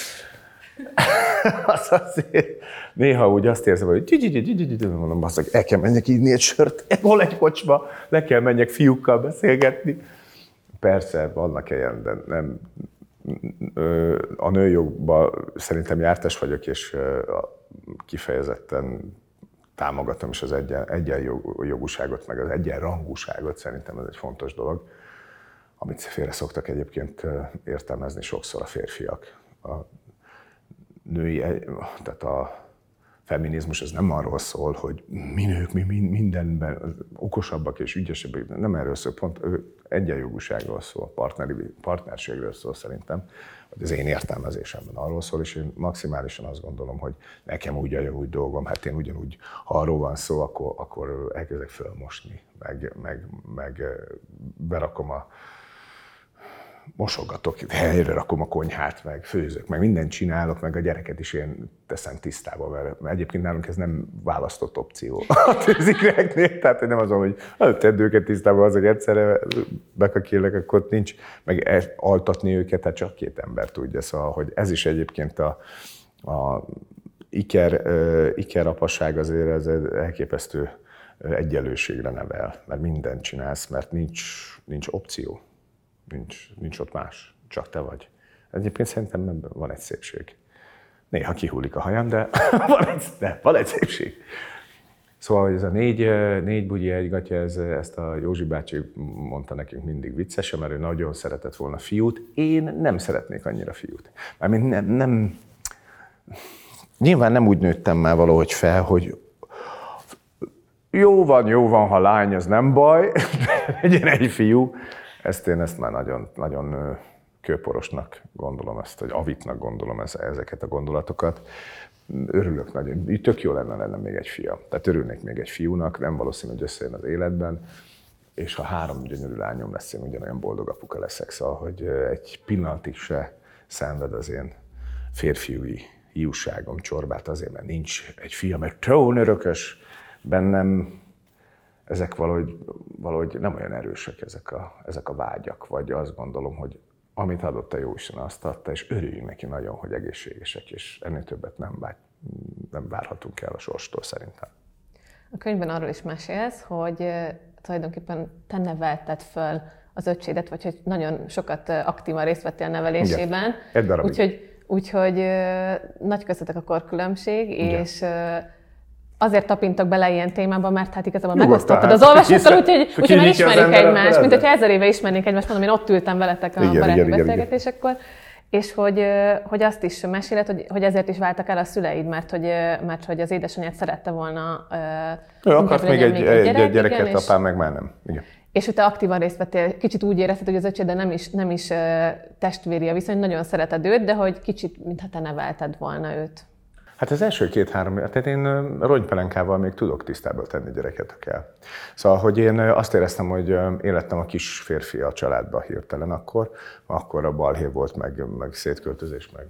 az azért... Néha úgy azt érzem, hogy mondom, basszak, el kell menjek írni egy sört, hol egy kocsma, le kell menjek fiúkkal beszélgetni. Persze, vannak helyen, de nem, a nőjogban szerintem jártas vagyok, és kifejezetten támogatom is az egyen, egyenjogúságot, meg az egyenrangúságot, szerintem ez egy fontos dolog, amit félre szoktak egyébként értelmezni sokszor a férfiak. A női, tehát a feminizmus az nem arról szól, hogy mi nők, mi mindenben okosabbak és ügyesebbek, nem erről szól, pont egyenjogúságról szól, partneri, partnerségről szól szerintem, vagy az én értelmezésemben arról szól, és én maximálisan azt gondolom, hogy nekem ugyanúgy dolgom, hát én ugyanúgy, ha arról van szó, akkor, akkor elkezdek fölmosni, meg, meg, meg berakom a mosogatok, helyre rakom a konyhát, meg főzök, meg mindent csinálok, meg a gyereket is én teszem tisztába, mert egyébként nálunk ez nem választott opció a tűzikreknél, tehát nem azon, hogy tedd őket tisztába, az, hogy egyszerre bekakélek, akkor nincs, meg altatni őket, tehát csak két ember tudja, szóval, hogy ez is egyébként a, a iker, iker apasság azért ez elképesztő egyenlőségre nevel, mert mindent csinálsz, mert nincs, nincs opció. Nincs, nincs ott más, csak te vagy. Egyébként szerintem ebben van egy szépség. Néha kihullik a hajam, de van egy, de van egy szépség. Szóval, hogy ez a négy, négy bugyi, egy gatya, ez, ezt a Józsi bácsi mondta nekünk mindig viccesen, mert ő nagyon szeretett volna fiút. Én nem szeretnék annyira fiút. Mármint nem, nem... Nyilván nem úgy nőttem már valahogy fel, hogy jó van, jó van, ha lány, az nem baj, de legyen egy fiú. Ezt én ezt már nagyon, nagyon kőporosnak gondolom, ezt, vagy avitnak gondolom ezeket a gondolatokat. Örülök nagyon, tök jó lenne lenne még egy fia. Tehát örülnék még egy fiúnak, nem valószínű, hogy összejön az életben, és ha három gyönyörű lányom lesz, én ugyanolyan boldog apuka leszek, szóval, hogy egy pillanatig se szenved az én férfiúi hiúságom csorbát azért, mert nincs egy fia, mert trónörökös bennem. Ezek valahogy, valahogy nem olyan erősek ezek a, ezek a vágyak, vagy azt gondolom, hogy amit adott a Jóisten, azt adta, és örüljünk neki nagyon, hogy egészségesek, és ennél többet nem, vár, nem várhatunk el a sorstól szerintem. A könyvben arról is mesélsz, hogy tulajdonképpen te nevelted föl az öccsédet, vagy hogy nagyon sokat aktívan részt vettél nevelésében. Igen, úgyhogy, úgyhogy nagy köztetek a korkülönbség, és azért tapintok bele ilyen témába, mert hát igazából megosztottad az olvasókkal, úgyhogy, úgyhogy már ismerjük egymást, mint hogyha ezer éve ismernénk egymást, mondom, én ott ültem veletek a igen, baráti igen, beszélgetésekkor, igen. És hogy, hogy azt is meséled, hogy, hogy ezért is váltak el a szüleid, mert hogy, mert hogy az édesanyád szerette volna... Ő akart még egy, még egy gyerek, gyereket, igen, apám meg már nem. Igen. És hogy te aktívan részt vettél, kicsit úgy érezted, hogy az öcséd, de nem is, nem is testvéri a viszony, nagyon szereted őt, de hogy kicsit, mintha te nevelted volna őt. Hát az első két-három, tehát én rongypelenkával még tudok tisztába tenni gyereket, ha kell. Szóval, hogy én azt éreztem, hogy én lettem a kis férfi a családba hirtelen akkor, akkor a balhé volt, meg, meg szétköltözés, meg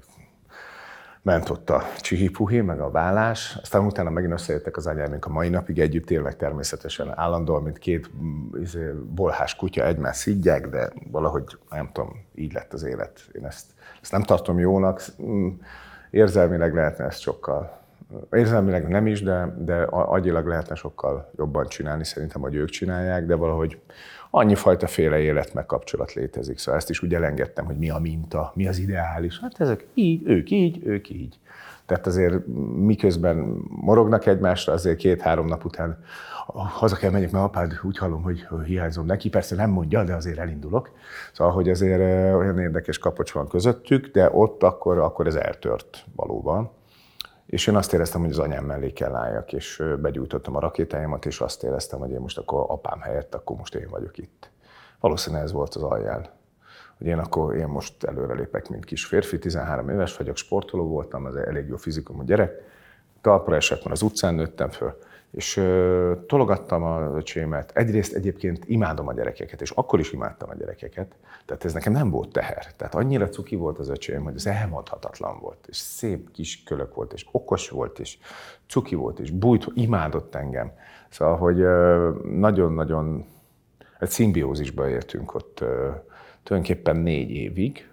ment ott a csihi-puhi, meg a vállás. Aztán utána megint összejöttek az anyámink a mai napig együtt, élnek természetesen állandóan, mint két izé, bolhás kutya egymás szidják, de valahogy nem tudom, így lett az élet. Én ezt, ezt nem tartom jónak. Érzelmileg lehetne ezt sokkal, érzelmileg nem is, de, de agyilag lehetne sokkal jobban csinálni, szerintem, hogy ők csinálják, de valahogy annyi fajta féle élet meg kapcsolat létezik. Szóval ezt is úgy elengedtem, hogy mi a minta, mi az ideális. Hát ezek így, ők így, ők így. Tehát azért miközben morognak egymásra, azért két-három nap után haza kell menjek, mert apád úgy hallom, hogy hiányzom neki. Persze nem mondja, de azért elindulok. Szóval, hogy azért olyan érdekes kapocs van közöttük, de ott akkor, akkor ez eltört valóban. És én azt éreztem, hogy az anyám mellé kell álljak, és begyújtottam a rakétáimat, és azt éreztem, hogy én most akkor apám helyett, akkor most én vagyok itt. Valószínűleg ez volt az alján. Hogy én akkor én most előrelépek, mint kis férfi, tizenhárom éves vagyok, sportoló voltam, az elég jó fizikumú gyerek. Talpra esett, mert az utcán nőttem föl, és ö, tologattam az öcsémet. Egyrészt egyébként imádom a gyerekeket, és akkor is imádtam a gyerekeket, tehát ez nekem nem volt teher. Tehát annyira cuki volt az öcsém, hogy ez elmondhatatlan volt, és szép kis kölök volt, és okos volt, és cuki volt, és bújt, imádott engem. Szóval, hogy ö, nagyon-nagyon egy szimbiózisba értünk ott, ö, tulajdonképpen négy évig,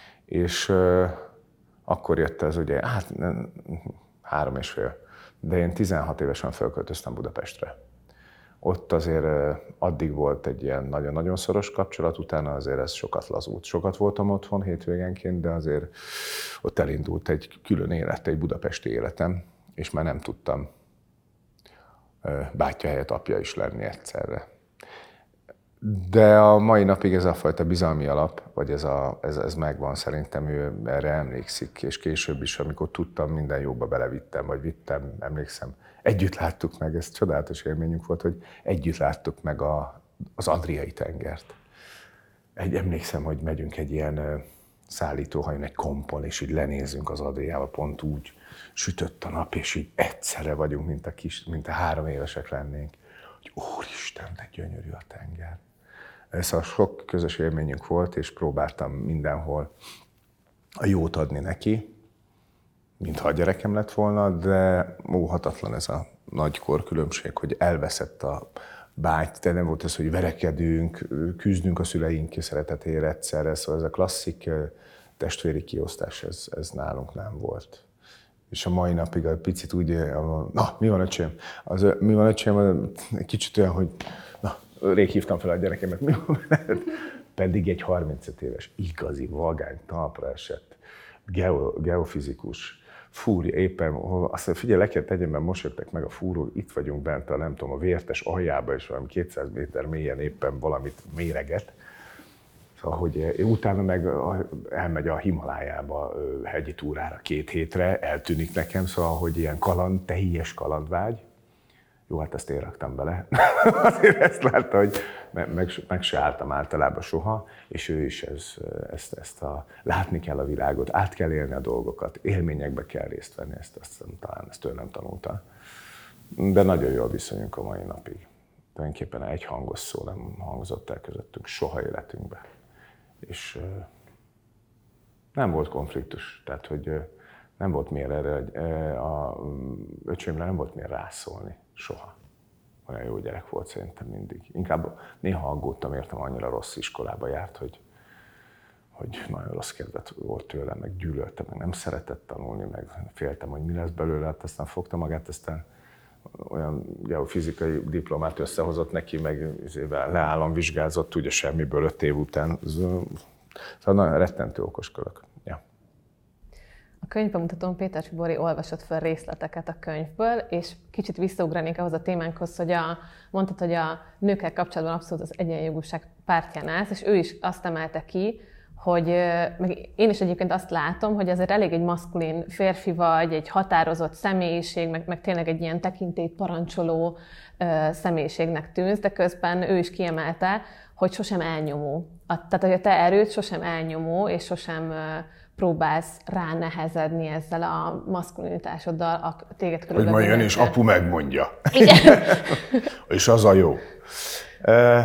és ö, akkor jött ez ugye, hát három és fél, de én tizenhat évesen felköltöztem Budapestre. Ott azért addig volt egy ilyen nagyon-nagyon szoros kapcsolat, utána azért ez sokat lazult. Sokat voltam otthon hétvégenként, de azért ott elindult egy külön élet, egy budapesti életem, és már nem tudtam bátyja helyett apja is lenni egyszerre. De a mai napig ez a fajta bizalmi alap, vagy ez, a, ez, ez megvan, szerintem ő erre emlékszik, és később is, amikor tudtam, minden jóba belevittem, vagy vittem, emlékszem. Együtt láttuk meg, ez csodálatos élményünk volt, hogy együtt láttuk meg a, az Adriai tengert. Egy, emlékszem, hogy megyünk egy ilyen szállítóhajón, egy kompon, és így lenézünk az Adriával, pont úgy sütött a nap, és így egyszerre vagyunk, mint a, kis, mint a három évesek lennénk. Hogy úristen, de gyönyörű a tenger. Szóval sok közös élményünk volt, és próbáltam mindenhol a jót adni neki, mintha a gyerekem lett volna, de óhatatlan ez a nagy korkülönbség, hogy elveszett a báty, de nem volt ez, hogy verekedünk, küzdünk a szüleink szeretetére egyszerre, szóval ez a klasszik testvéri kiosztás, ez, ez nálunk nem volt. És a mai napig a picit úgy, na, mi van öcsém? Az, mi van öcsém? Kicsit olyan, hogy na, rég hívtam fel a gyerekemet, mi van? Pedig egy harmincöt éves, igazi, vagány, talpra esett, geo, geofizikus, fúri, éppen, azt mondja, figyelj, le kell tegyem, mert most jöttek meg a fúrók, itt vagyunk bent a, nem tudom, a Vértes aljába, és valami kétszáz méter mélyen éppen valamit méreget. Szóval, hogy utána meg elmegy a Himalájába hegyi túrára két hétre, eltűnik nekem, szóval, hogy ilyen kaland, teljes kalandvágy. Jó, hát ezt én raktam bele. Azért ezt látta, hogy meg, meg, meg se álltam általában soha, és ő is ez, ezt, ezt a, látni kell a világot, át kell élni a dolgokat, élményekbe kell részt venni, ezt, ezt talán ezt ő nem tanulta. De nagyon jól viszonyunk a mai napig. Tulajdonképpen egy hangos szó nem hangzott el közöttünk soha életünkben. És nem volt konfliktus, tehát hogy nem volt miért erre, a öcsémre nem volt miért rászólni, soha. Olyan jó gyerek volt szerintem mindig. Inkább néha aggódtam, értem, annyira rossz iskolába járt, hogy, hogy nagyon rossz kedvet volt tőle, meg gyűlölte, meg nem szeretett tanulni, meg féltem, hogy mi lesz belőle, hát aztán fogta magát, aztán olyan geofizikai diplomát összehozott neki, meg leállamvizsgázott, ugye semmiből öt év után. Szóval nagyon rettentő okoskodok. Ja. A könyvbemutatón Péter Tibori olvasott fel részleteket a könyvből, és kicsit visszaugranék ahhoz a témánkhoz, hogy a, mondtad, hogy a nőkkel kapcsolatban abszolút az egyenjogúság pártján állsz, és ő is azt emelte ki, hogy meg én is egyébként azt látom, hogy azért elég egy maszkulin férfi vagy, egy határozott személyiség, meg, meg tényleg egy ilyen tekintélyt parancsoló uh, személyiségnek tűnsz, de közben ő is kiemelte, hogy sosem elnyomó. A, tehát, hogy a te erőd sosem elnyomó, és sosem uh, próbálsz ránehezedni ezzel a maszkulinitásoddal a téged körülbelül. Hogy majd jön, és apu megmondja. Igen. És az a jó. Uh,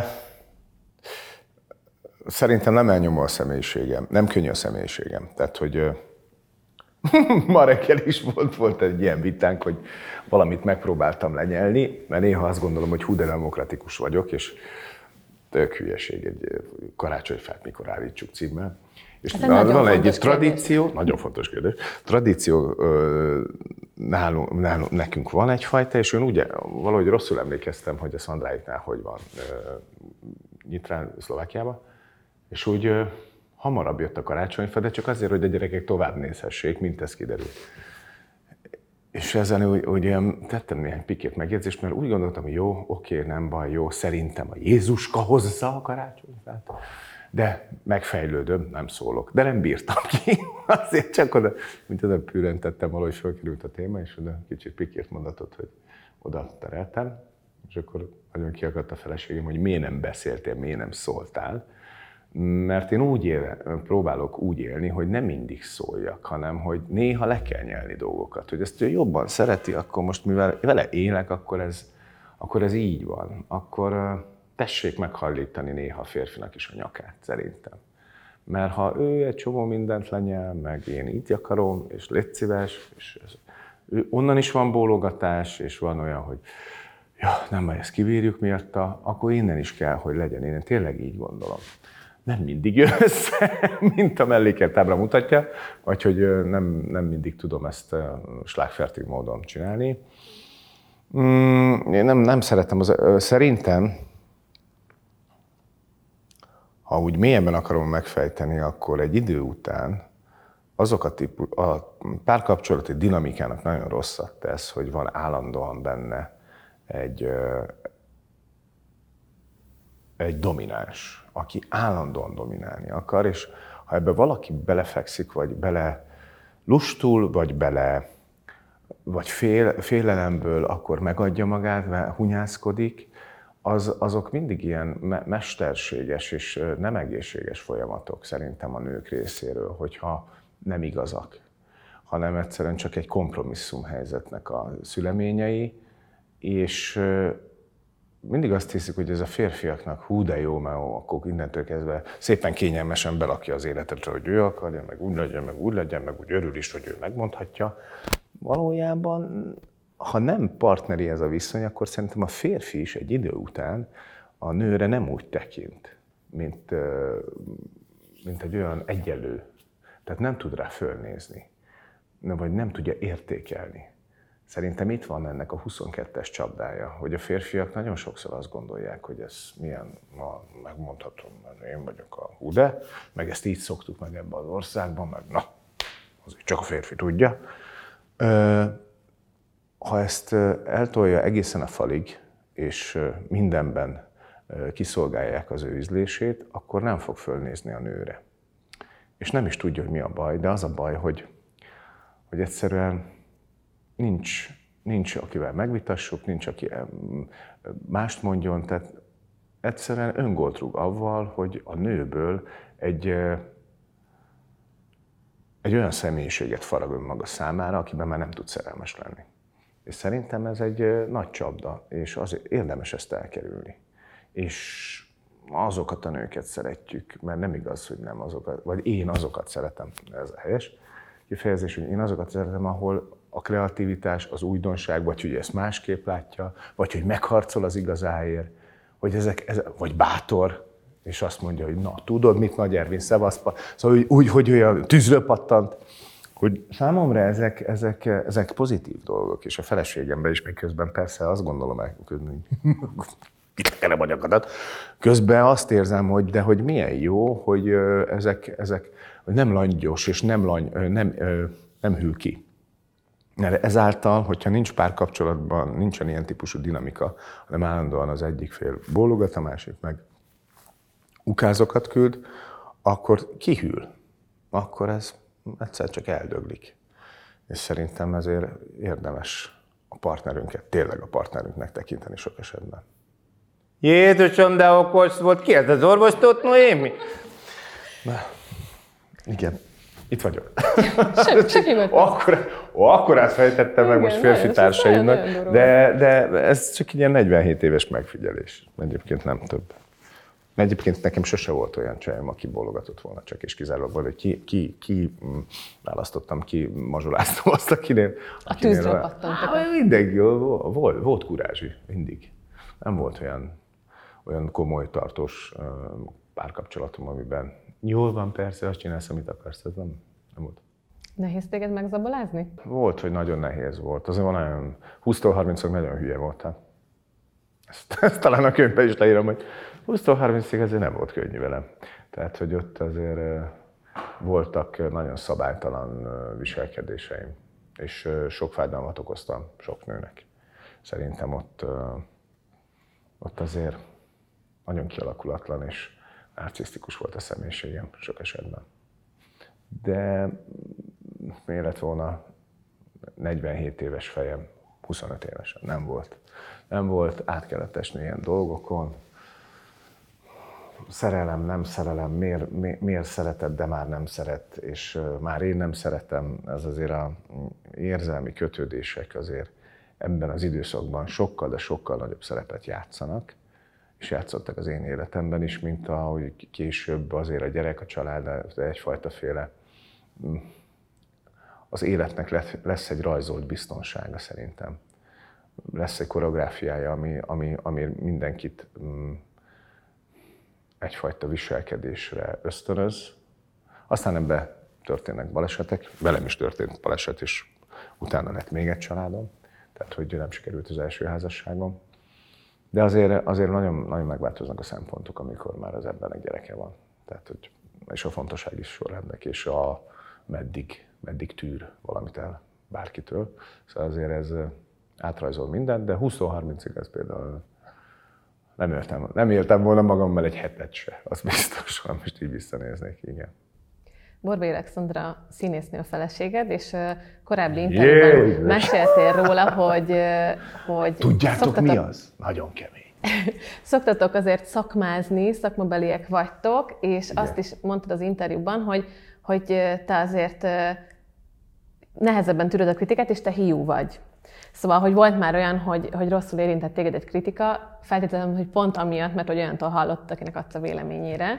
Szerintem nem elnyomó a személyiségem, nem könnyű a személyiségem. Tehát, hogy ma reggel is volt, volt egy ilyen vitánk, hogy valamit megpróbáltam lenyelni, mert néha azt gondolom, hogy hú, de demokratikus vagyok, és tök hülyeség egy karácsonyfát mikor állítsuk címmel. És van egy tradíció, kérdés. Nagyon fontos kérdés, tradíció nálunk, nálunk, nekünk van egyfajta, és én úgy valahogy rosszul emlékeztem, hogy a Szandráiknál hogy van Nyitrán, Szlovákiában. És úgy ö, hamarabb jött a karácsonyfa, de csak azért, hogy a gyerekek tovább nézhessék, mint ez kiderült. És ezen úgy, úgy tettem néhány pikét megjegyzést, mert úgy gondoltam, hogy jó, oké, nem baj, jó, szerintem a Jézuska hozza a karácsonyfát. De megfejlődöm, nem szólok. De nem bírtam ki. Azért csak oda, mint oda pürentettem, valahogy felkerült a téma, és oda kicsit pikét mondatot, hogy oda tereltem. És akkor nagyon kiakadt a feleségem, hogy miért nem beszéltél, miért nem szóltál. Mert én úgy él, próbálok úgy élni, hogy nem mindig szóljak, hanem hogy néha le kell nyelni dolgokat. Hogy ezt ő jobban szereti, akkor most mivel vele élek, akkor ez, akkor ez így van. Akkor tessék meghallítani néha a férfinak is a nyakát, szerintem. Mert ha ő egy csomó mindent lenyel, meg én így akarom, és légy szíves, és ez, ő, onnan is van bólogatás, és van olyan, hogy ja, nem baj, ezt kibírjuk miatta, akkor innen is kell, hogy legyen. Én tényleg így gondolom. Nem mindig jön össze, mint a mellékeltábla mutatja, vagy hogy nem, nem mindig tudom ezt slágfertig módon csinálni. Mm, én nem, nem szeretem. Az, szerintem, ha úgy mélyebben akarom megfejteni, akkor egy idő után azok a, típus, a párkapcsolati dinamikának nagyon rosszat tesz, hogy van állandóan benne egy, egy domináns, aki állandóan dominálni akar, és ha ebbe valaki belefekszik, vagy bele lustul, vagy bele, vagy fél, félelemből akkor megadja magát, hunyászkodik, az, azok mindig ilyen me- mesterséges és nem egészséges folyamatok szerintem a nők részéről, hogyha nem igazak, hanem egyszerűen csak egy kompromisszum helyzetnek a szüleményei, és mindig azt hiszik, hogy ez a férfiaknak hú de jó, mert akkor innentől kezdve szépen kényelmesen belakja az életet, hogy ő akarja, meg úgy legyen, meg úgy legyen, meg úgy örül is, hogy ő megmondhatja. Valójában, ha nem partneri ez a viszony, akkor szerintem a férfi is egy idő után a nőre nem úgy tekint, mint, mint egy olyan egyenlő. Tehát nem tud rá fölnézni, vagy nem tudja értékelni. Szerintem itt van ennek a huszonkettes csapdája, hogy a férfiak nagyon sokszor azt gondolják, hogy ez milyen, ma megmondhatom, mert én vagyok a hude, meg ezt így szoktuk meg ebben az országban, meg na, azért csak a férfi tudja. Ha ezt eltolja egészen a falig, és mindenben kiszolgálják az ő ízlését, akkor nem fog fölnézni a nőre. És nem is tudja, hogy mi a baj, de az a baj, hogy, hogy egyszerűen nincs, nincs, akivel megvitassuk, nincs, aki mást mondjon, tehát egyszerűen öngolt rúg avval, hogy a nőből egy, egy olyan személyiséget farag önmaga számára, akiben már nem tud szerelmes lenni. És szerintem ez egy nagy csapda, és azért érdemes ezt elkerülni. És azokat a nőket szeretjük, mert nem igaz, hogy nem azokat, vagy én azokat szeretem, ez a helyes kifejezés, hogy én azokat szeretem, ahol a kreativitás, az újdonság, vagy hogy ezt másképp látja, vagy hogy megharcol az igazáért, hogy ezek, ezek vagy bátor, és azt mondja, hogy na, tudod mit, Nagy Ervin, szevaszpa, szóval úgy, úgy, hogy olyan tűzről pattant, hogy számomra ezek, ezek, ezek pozitív dolgok, és a feleségemben is még közben persze azt gondolom el, hogy itt kell a magyagadat. Közben azt érzem, hogy de hogy milyen jó, hogy ezek, ezek hogy nem langyos, és nem, langy, nem, nem hűl ki. Mert ezáltal, hogyha nincs párkapcsolatban, nincsen ilyen típusú dinamika, hanem állandóan az egyik fél bólogat, a másik meg ukázokat küld, akkor kihűl. Akkor ez egyszer csak eldöglik. És szerintem ezért érdemes a partnerünket, tényleg a partnerünknek tekinteni sok esetben. Jézusom, de okos volt. Ki ez az orvostót, Noémi? Na, igen, itt vagyok. Sem, semmi akkor, akkor átfejtettem meg most férfi társaimnak, de, de ez csak ilyen negyvenhét éves megfigyelés. Egyébként nem több. Egyébként nekem sose volt olyan csajom, aki bólogatott volna csak és kizárólag, hogy ki, ki, ki választottam, ki mazsoláztam azt, akinél... A tűzről pattantak. Mindig volt, volt kurázsi, mindig. Nem volt olyan, olyan komoly, tartós párkapcsolatom, amiben jól van, persze, azt csinálsz, amit akarsz, ez nem, nem volt. Nehéz téged megzabolázni? Volt, hogy nagyon nehéz volt. Azért van olyan húsztól harmincig nagyon hülye voltam. Ezt, ezt talán a könyvben is leírom, hogy húsztól harmincig azért nem volt könnyű velem. Tehát, hogy ott azért voltak nagyon szabálytalan viselkedéseim, és sok fájdalmat okoztam sok nőnek. Szerintem ott, ott azért nagyon kialakulatlan és narcisztikus volt a személyiségem sok esetben. De mi lett volna negyvenhét éves fejem, huszonöt évesen? Nem volt. Nem volt, át kellett esni ilyen dolgokon. Szerelem, nem szerelem, miért, miért, miért szereted, de már nem szeret, és már én nem szeretem. Ez azért az érzelmi kötődések azért ebben az időszakban sokkal, de sokkal nagyobb szerepet játszanak, és játszottak az én életemben is, mint ahogy később azért a gyerek, a család, de egyfajta féle az életnek lesz egy rajzolt biztonsága szerintem. Lesz egy koreográfiája, ami, ami, ami mindenkit egyfajta viselkedésre ösztönöz. Aztán ebben történnek balesetek, velem is történt baleset, és utána lett még egy családom. tehát hogy nem sikerült az első házasságom. De azért, azért nagyon, nagyon megváltoznak a szempontok, amikor már az embernek gyereke van. Tehát, hogy, és a fontosság is sorrendnek, és a meddig, meddig tűr valamit el bárkitől. Szóval azért ez átrajzol mindent, de húsz-harmincig ez például nem éltem, nem éltem volna magammal egy hetet se, az biztos, ha most így visszanéznék, igen. Borbély Alexandra színésznő a feleséged, és korábbi interjúban meséltél róla, hogy... hogy Tudjátok, szoktatok, mi az? Nagyon kemény. Szoktatok azért szakmázni, szakmabeliek vagytok, és igen. Azt is mondtad az interjúban, hogy, hogy te azért nehezebben tűröd a kritikát, és te hiú vagy. Szóval, hogy volt már olyan, hogy, hogy rosszul érintett téged egy kritika, feltétlenül, hogy pont amiatt, mert hogy olyantól hallott, akinek adsz a véleményére.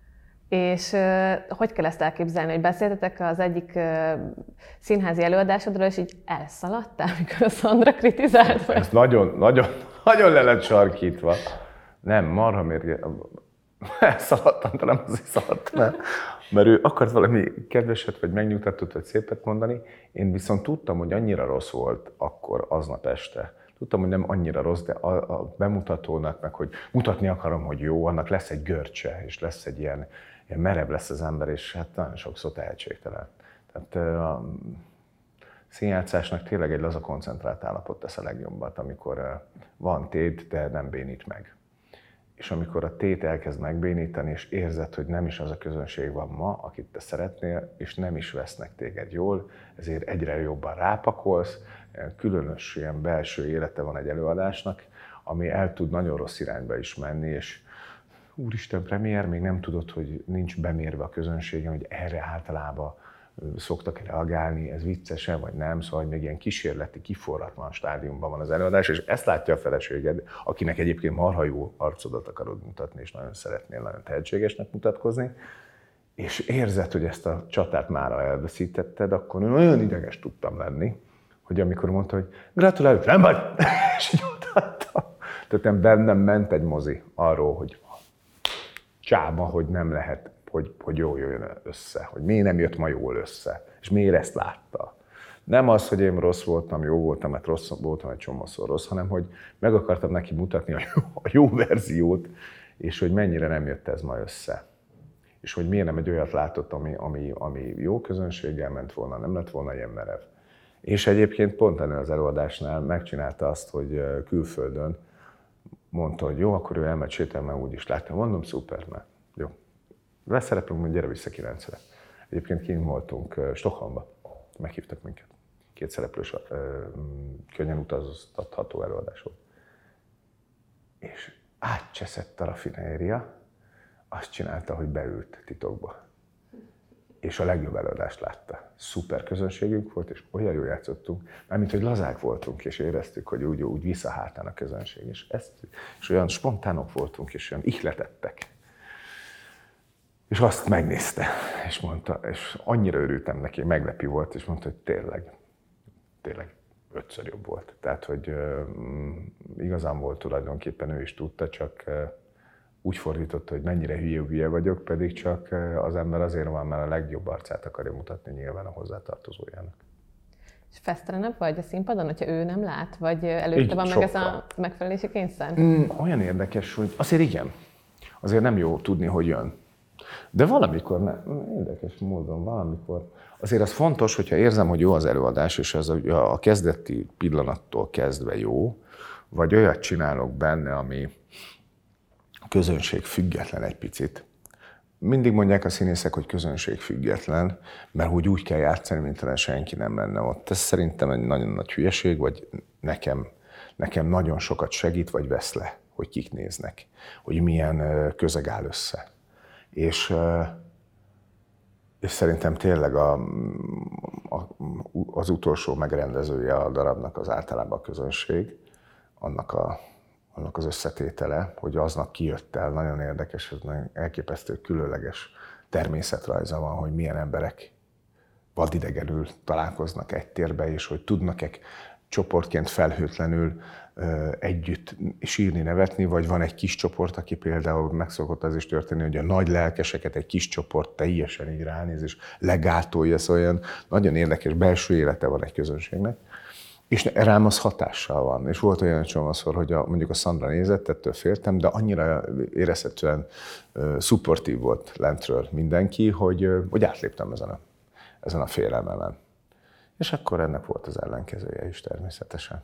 És uh, hogy kell ezt elképzelni, hogy beszéltetek az egyik uh, színházi előadásodról, és így elszaladtál, amikor a Szandra kritizált? Ez nagyon, nagyon, nagyon le lett sarkítva. Nem, marha mérge. Elszaladtam, talán azért szaladtam, mert ő akart valami kedveset, vagy megnyugtatót, vagy szépet mondani. Én viszont tudtam, hogy annyira rossz volt akkor, aznap este. Tudtam, hogy nem annyira rossz, de a, a bemutatónak, meg hogy mutatni akarom, hogy jó, annak lesz egy görcse, és lesz egy ilyen, ilyen merev lesz az ember, és hát nagyon sokszor tehetségtelen. Tehát a színjátszásnak tényleg egy laza koncentrált állapot tesz a legjobbat, amikor van tét, de nem bénít meg. És amikor a tét elkezd megbénítani, és érzed, hogy nem is az a közönség van ma, akit te szeretnél, és nem is vesznek téged jól, ezért egyre jobban rápakolsz, különös ilyen belső élete van egy előadásnak, ami el tud nagyon rossz irányba is menni, és úristen, premier, még nem tudod, hogy nincs bemérve a közönségen, hogy erre általában szoktak reagálni, ez vicces-e, vagy nem, szóval még ilyen kísérleti, kiforratlan stádiumban van az előadás, és ezt látja a feleséged, akinek egyébként marha jó arcodat akarod mutatni, és nagyon szeretnél nagyon tehetségesnek mutatkozni, és érzed, hogy ezt a csatát mára elveszítetted, akkor nagyon ideges tudtam lenni, hogy amikor mondta, hogy gratulálok, nem vagy, és így odaadtam. Tehát bennem ment egy mozi arról, hogy csába, hogy nem lehet, hogy, hogy jól jöjjön össze, hogy miért nem jött ma jól össze, és miért ezt látta. Nem az, hogy én rossz voltam, jó voltam, mert rossz voltam egy csomószor rossz, hanem hogy meg akartam neki mutatni a jó, a jó verziót, és hogy mennyire nem jött ez ma össze. És hogy miért nem egy olyat látott, ami, ami, ami jó közönséggel ment volna, nem lett volna ilyen merev. És egyébként pont ennél az előadásnál megcsinálta azt, hogy külföldön mondta, hogy jó, akkor ő elmegy sétálni, mert úgyis láttam. Mondom, szuper, mert jó. Leszereplünk, hogy gyere vissza kilencre. Egyébként kint voltunk Stockholmba, meghívtak minket. Két szereplős, könnyen utaztatható előadás volt. És átcseszett a rafinéria, azt csinálta, hogy beült titokba. És a legjobb előadást látta. Szuper közönségünk volt, és olyan jól játszottunk, mármint, hogy lazák voltunk, és éreztük, hogy úgy, úgy visszahátán a közönség. És, ezt, és olyan spontánok voltunk, és olyan ihletettek. És azt megnézte, és mondta, és annyira örültem neki, meglepő volt, és mondta, hogy tényleg, tényleg ötször jobb volt. Tehát, hogy uh, igazán volt tulajdonképpen, ő is tudta, csak uh, úgy fordította, hogy mennyire hülye-hülye vagyok, pedig csak az ember azért van, mert a legjobb arcát akarja mutatni nyilván a hozzátartozójának. És fesztelenebb vagy a színpadon, hogyha ő nem lát? Vagy előtte van meg ez a megfelelési kényszer? Mm, olyan érdekes, hogy azért igen. Azért nem jó tudni, hogy jön. De valamikor, ne, érdekes módon valamikor, azért az fontos, hogyha érzem, hogy jó az előadás, és ez a, a kezdeti pillanattól kezdve jó, vagy olyat csinálok benne, ami a közönség független egy picit. Mindig mondják a színészek, hogy közönség független, mert hogy úgy kell játszani, mintha senki nem lenne ott. Ez szerintem egy nagyon nagy hülyeség, vagy nekem, nekem nagyon sokat segít, vagy vesz le, hogy kik néznek, hogy milyen közeg áll össze. És, és szerintem tényleg a, a, az utolsó megrendezője a darabnak az általában a közönség, annak a annak az összetétele, hogy aznap kijött el, nagyon érdekes, ez nagyon elképesztő, különleges természetrajza van, hogy milyen emberek vadidegenül találkoznak egy térbe, és hogy tudnak-e csoportként felhőtlenül ö, együtt sírni, nevetni, vagy van egy kis csoport, aki például meg szokott az is történni, hogy a nagy lelkeseket egy kis csoport teljesen így ránéz, és legátolja, szóval olyan nagyon érdekes belső élete van egy közönségnek. És rám az hatással van. És volt olyan csomószor, hogy a, mondjuk a Szandra nézett, ettől féltem, de annyira érezhetően uh, szupportív volt lentről mindenki, hogy, uh, hogy átléptem ezen a, ezen a félelmemen. És akkor ennek volt az ellenkezője is természetesen.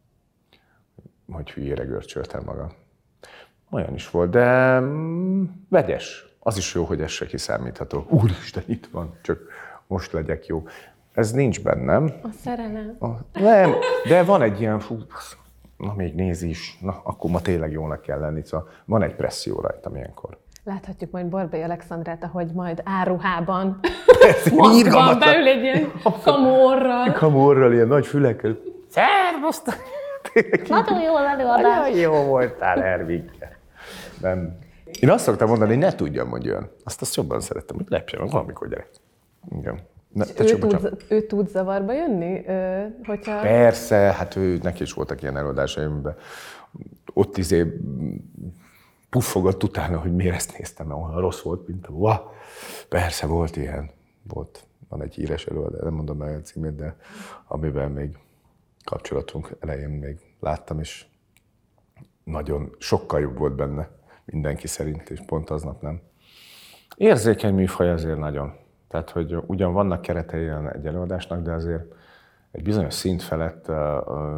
Hogy hülyére görcsöltem magam. Olyan is volt, de mm, vegyes. Az is jó, hogy ez se kiszámítható. Úristen, itt van, csak most legyek jó. Ez nincs bennem. A szerelem. A, nem, de van egy ilyen, fú, na még néz is, na akkor ma tényleg jónak kell lenni. Szóval van egy presszió rajtam ilyenkor. Láthatjuk majd Borbély Alexandrát, ahogy majd áruhában, maszkban beül egy ilyen kamorral. Kamorral, ilyen nagy fülekkel. Szervusztok! Nagyon jó előadás. Nagyon jó voltál, Ervinke. Nem. Én azt szoktam mondani, hogy ne tudjam, hogy jön. Azt, azt jobban szerettem, hogy lepje meg valamikor gyerek. Igen. Ne, ő, csak, tud, ő tud zavarba jönni? Ö, hogyha... Persze, hát ő, neki is voltak ilyen előadásai, amiben ott izé puffogott utána, hogy miért ezt néztem, mert olyan rossz volt, mint a wow. Persze, volt ilyen. Volt. Van egy híres előadás, nem mondom meg a címét, de amiben még kapcsolatunk elején még láttam, és nagyon sokkal jobb volt benne mindenki szerint, és pont aznap nem. Érzékeny műfaj azért nagyon. Tehát, hogy ugyan vannak keretei egy előadásnak, de azért egy bizonyos szint felett a,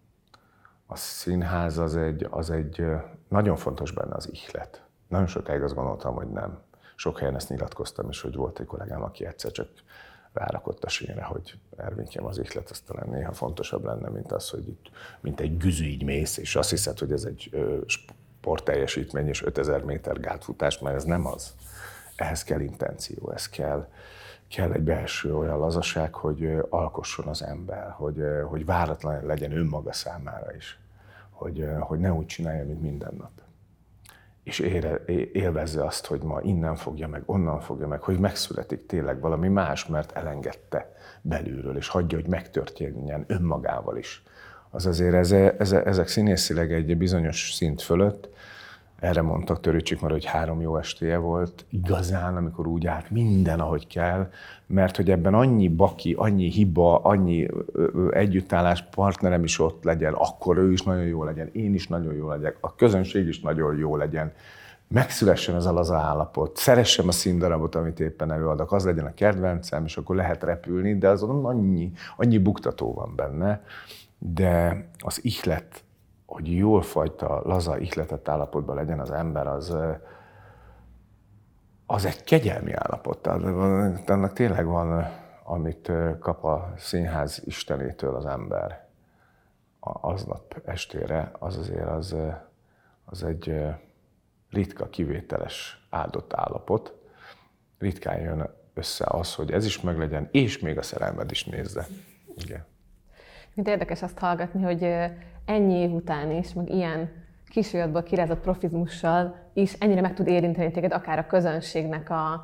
a színház az egy, az egy nagyon fontos benne az ihlet. Nagyon sokáig azt gondoltam, hogy nem. Sok helyen ezt nyilatkoztam is, hogy volt egy kollégám, aki egyszer csak rárakott a sínre, hogy Ervinkém, az ihlet az talán néha fontosabb lenne, mint az, hogy itt, mint egy güzű így mész, és azt hiszed, hogy ez egy sportteljesítmény és ötezer méter gátfutás, mert ez nem az. Ehhez kell intenció, ez kell, kell egy belső olyan lazaság, hogy alkosson az ember, hogy, hogy váratlan legyen önmaga számára is, hogy, hogy ne úgy csinálja, mint minden nap. És ére, élvezze azt, hogy ma innen fogja meg, onnan fogja meg, hogy megszületik tényleg valami más, mert elengedte belülről, és hagyja, hogy megtörténjen önmagával is. Az azért ez, ez, ezek színészileg egy bizonyos szint fölött. Erre mondtak Törőcsik már, hogy három jó estéje volt, igazán, amikor úgy állt minden, ahogy kell, mert hogy ebben annyi baki, annyi hiba, annyi együttállás, partnerem is ott legyen, akkor ő is nagyon jó legyen, én is nagyon jó legyek, a közönség is nagyon jó legyen, megszülessen az a laza állapot, szeressem a színdarabot, amit éppen előadok, az legyen a kedvencem, és akkor lehet repülni, de azon annyi, annyi buktató van benne, de az ihlet, hogy jól fajta, laza, ihletett állapotban legyen az ember, az, az egy kegyelmi állapot. Annak tényleg van, amit kap a színház istenétől az ember aznap estére, az azért az, az egy ritka, kivételes, áldott állapot. Ritkán jön össze az, hogy ez is meglegyen, és még a szerelmed is nézze. Igen. Mint érdekes azt hallgatni, hogy ennyi év után is, meg ilyen kisajatból kirázott profizmussal is ennyire meg tud érinteni téged, akár a közönségnek a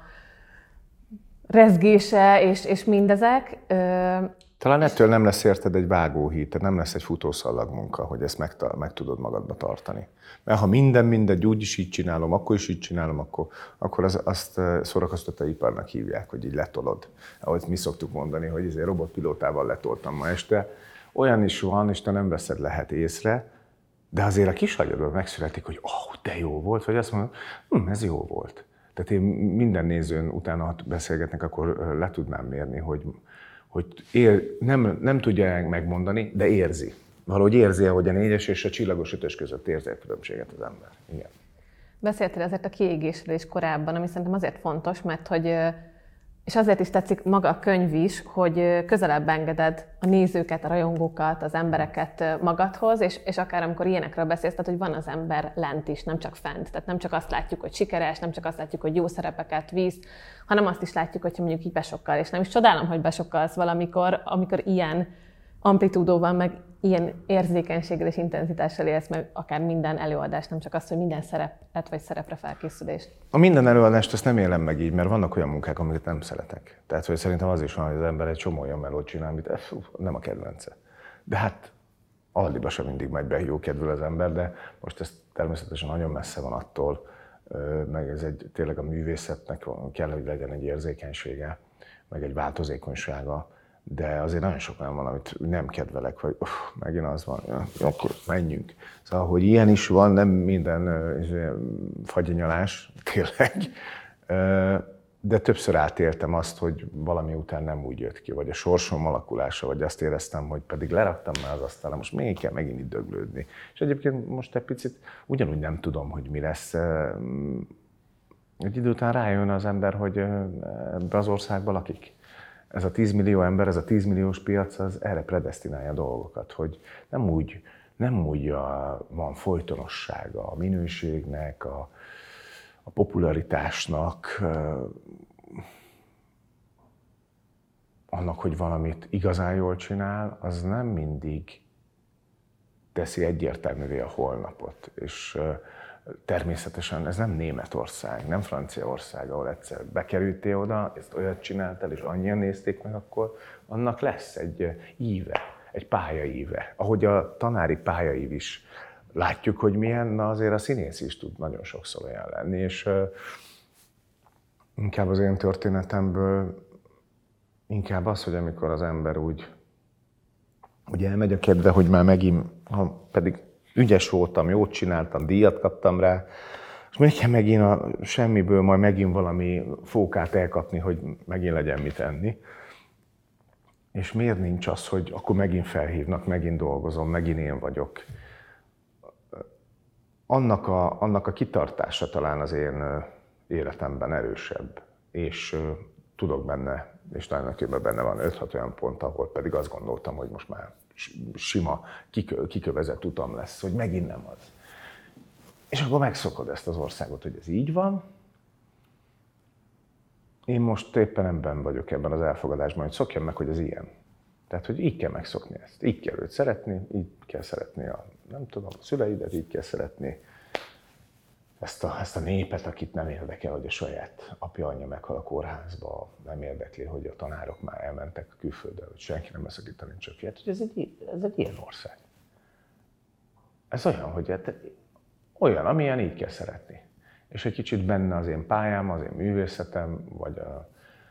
rezgése és, és mindezek. Talán ettől nem lesz érted egy vágóhíd, tehát nem lesz egy futószallag munka, hogy ezt meg, meg tudod magadba tartani. Mert ha minden mindegy, úgy is így csinálom, akkor is így csinálom, akkor, akkor az, azt szórakoztatóiparnak hívják, hogy így letolod. Ahogy mi szoktuk mondani, hogy ezért robotpilótával letoltam ma este. Olyan is van, és te nem veszed lehet észre, de azért a kis agyadban megszületik, hogy oh, de jó volt, vagy azt mondod, hm, ez jó volt. Tehát én minden nézőn utána, ha beszélgetnek, akkor le tudnám mérni, hogy, hogy ér, nem, nem tudja megmondani, de érzi. Valahogy érzi, hogy a négyes és a csillagos ötös között érzi a különbséget az ember. Igen. Beszéltél ezért a kiégésről is korábban, ami szerintem azért fontos, mert hogy és azért is tetszik maga a könyv is, hogy közelebb engeded a nézőket, a rajongókat, az embereket magadhoz, és, és akár amikor ilyenekről beszélsz, tehát hogy van az ember lent is, nem csak fent. Tehát nem csak azt látjuk, hogy sikeres, nem csak azt látjuk, hogy jó szerepeket visz, hanem azt is látjuk, hogyha mondjuk így besokkal. És nem is csodálom, hogy besokkalsz valamikor, amikor ilyen amplitúdó van, meg ilyen érzékenységgel és intenzitással élsz meg akár minden előadást, nem csak azt, hogy minden szerepet vagy szerepre felkészülést. A minden előadást azt nem élem meg így, mert vannak olyan munkák, amiket nem szeretek. Tehát, hogy szerintem az is van, hogy az ember egy csomó olyan melót csinál, amit fú, nem a kedvence. De hát aldiba sem mindig megy be jó kedvül az ember, de most ez természetesen nagyon messze van attól, meg ez egy, tényleg a művészetnek kell, hogy legyen egy érzékenysége, meg egy változékonysága, de azért nagyon sok olyan van, amit nem kedvelek, vagy uff, megint az van, ja, akkor menjünk. Szóval, hogy ilyen is van, nem minden uh, fagynyalás, tényleg, uh, de többször átéltem azt, hogy valami után nem úgy jött ki, vagy a sorsom alakulása, vagy azt éreztem, hogy pedig leraktam már az asztalra, most még kell megint itt döglődni. És egyébként most egy picit ugyanúgy nem tudom, hogy mi lesz. Egy idő után rájön az ember, hogy ebbe az országban lakik. Ez a tíz millió ember, ez a tíz milliós piac, az erre predesztinálja a dolgokat, hogy nem úgy, nem úgy a, van folytonossága a minőségnek, a, a popularitásnak, annak, hogy valamit igazán jól csinál, az nem mindig teszi egyértelművé a holnapot. És természetesen ez nem Németország, nem Franciaország, ahol egyszer bekerültél oda, ezt olyat csináltál, és annyian nézték meg, akkor annak lesz egy íve, egy pályaíve. Ahogy a tanári pályaív is látjuk, hogy milyen, na azért a színész is tud nagyon sokszor olyan lenni, és inkább az én történetemből inkább az, hogy amikor az ember úgy, úgy elmegy a kedve, hogy már megint, ha pedig ügyes voltam, jót csináltam, díjat kaptam rá, és még kell megint a semmiből majd megint valami fókát elkapni, hogy megint legyen mit enni. És miért nincs az, hogy akkor megint felhívnak, megint dolgozom, megint én vagyok. Annak a, annak a kitartása talán az én életemben erősebb, és tudok benne, és tulajdonképpen benne van öt-hat olyan pont, ahol pedig azt gondoltam, hogy most már sima, kikövezett utam lesz, hogy megint nem az. És akkor megszokod ezt az országot, hogy ez így van. Én most éppen ebben vagyok, ebben az elfogadásban, hogy szokjam meg, hogy ez ilyen. Tehát, hogy így kell megszokni ezt. Így kell őt szeretni, így kell szeretni a, nem tudom, a szüleidet, így kell szeretni ezt a, ezt a népet, akit nem érdekel, hogy a saját apja, anyja meghal a kórházba, nem érdekli, hogy a tanárok már elmentek a külföldre, hogy senki nem lesz, akit tanít csak fiat, hogy ez egy, ez egy ilyen ország. Ez olyan, hogy hát, olyan, amilyen így kell szeretni. És egy kicsit benne az én pályám, az én művészetem, vagy a,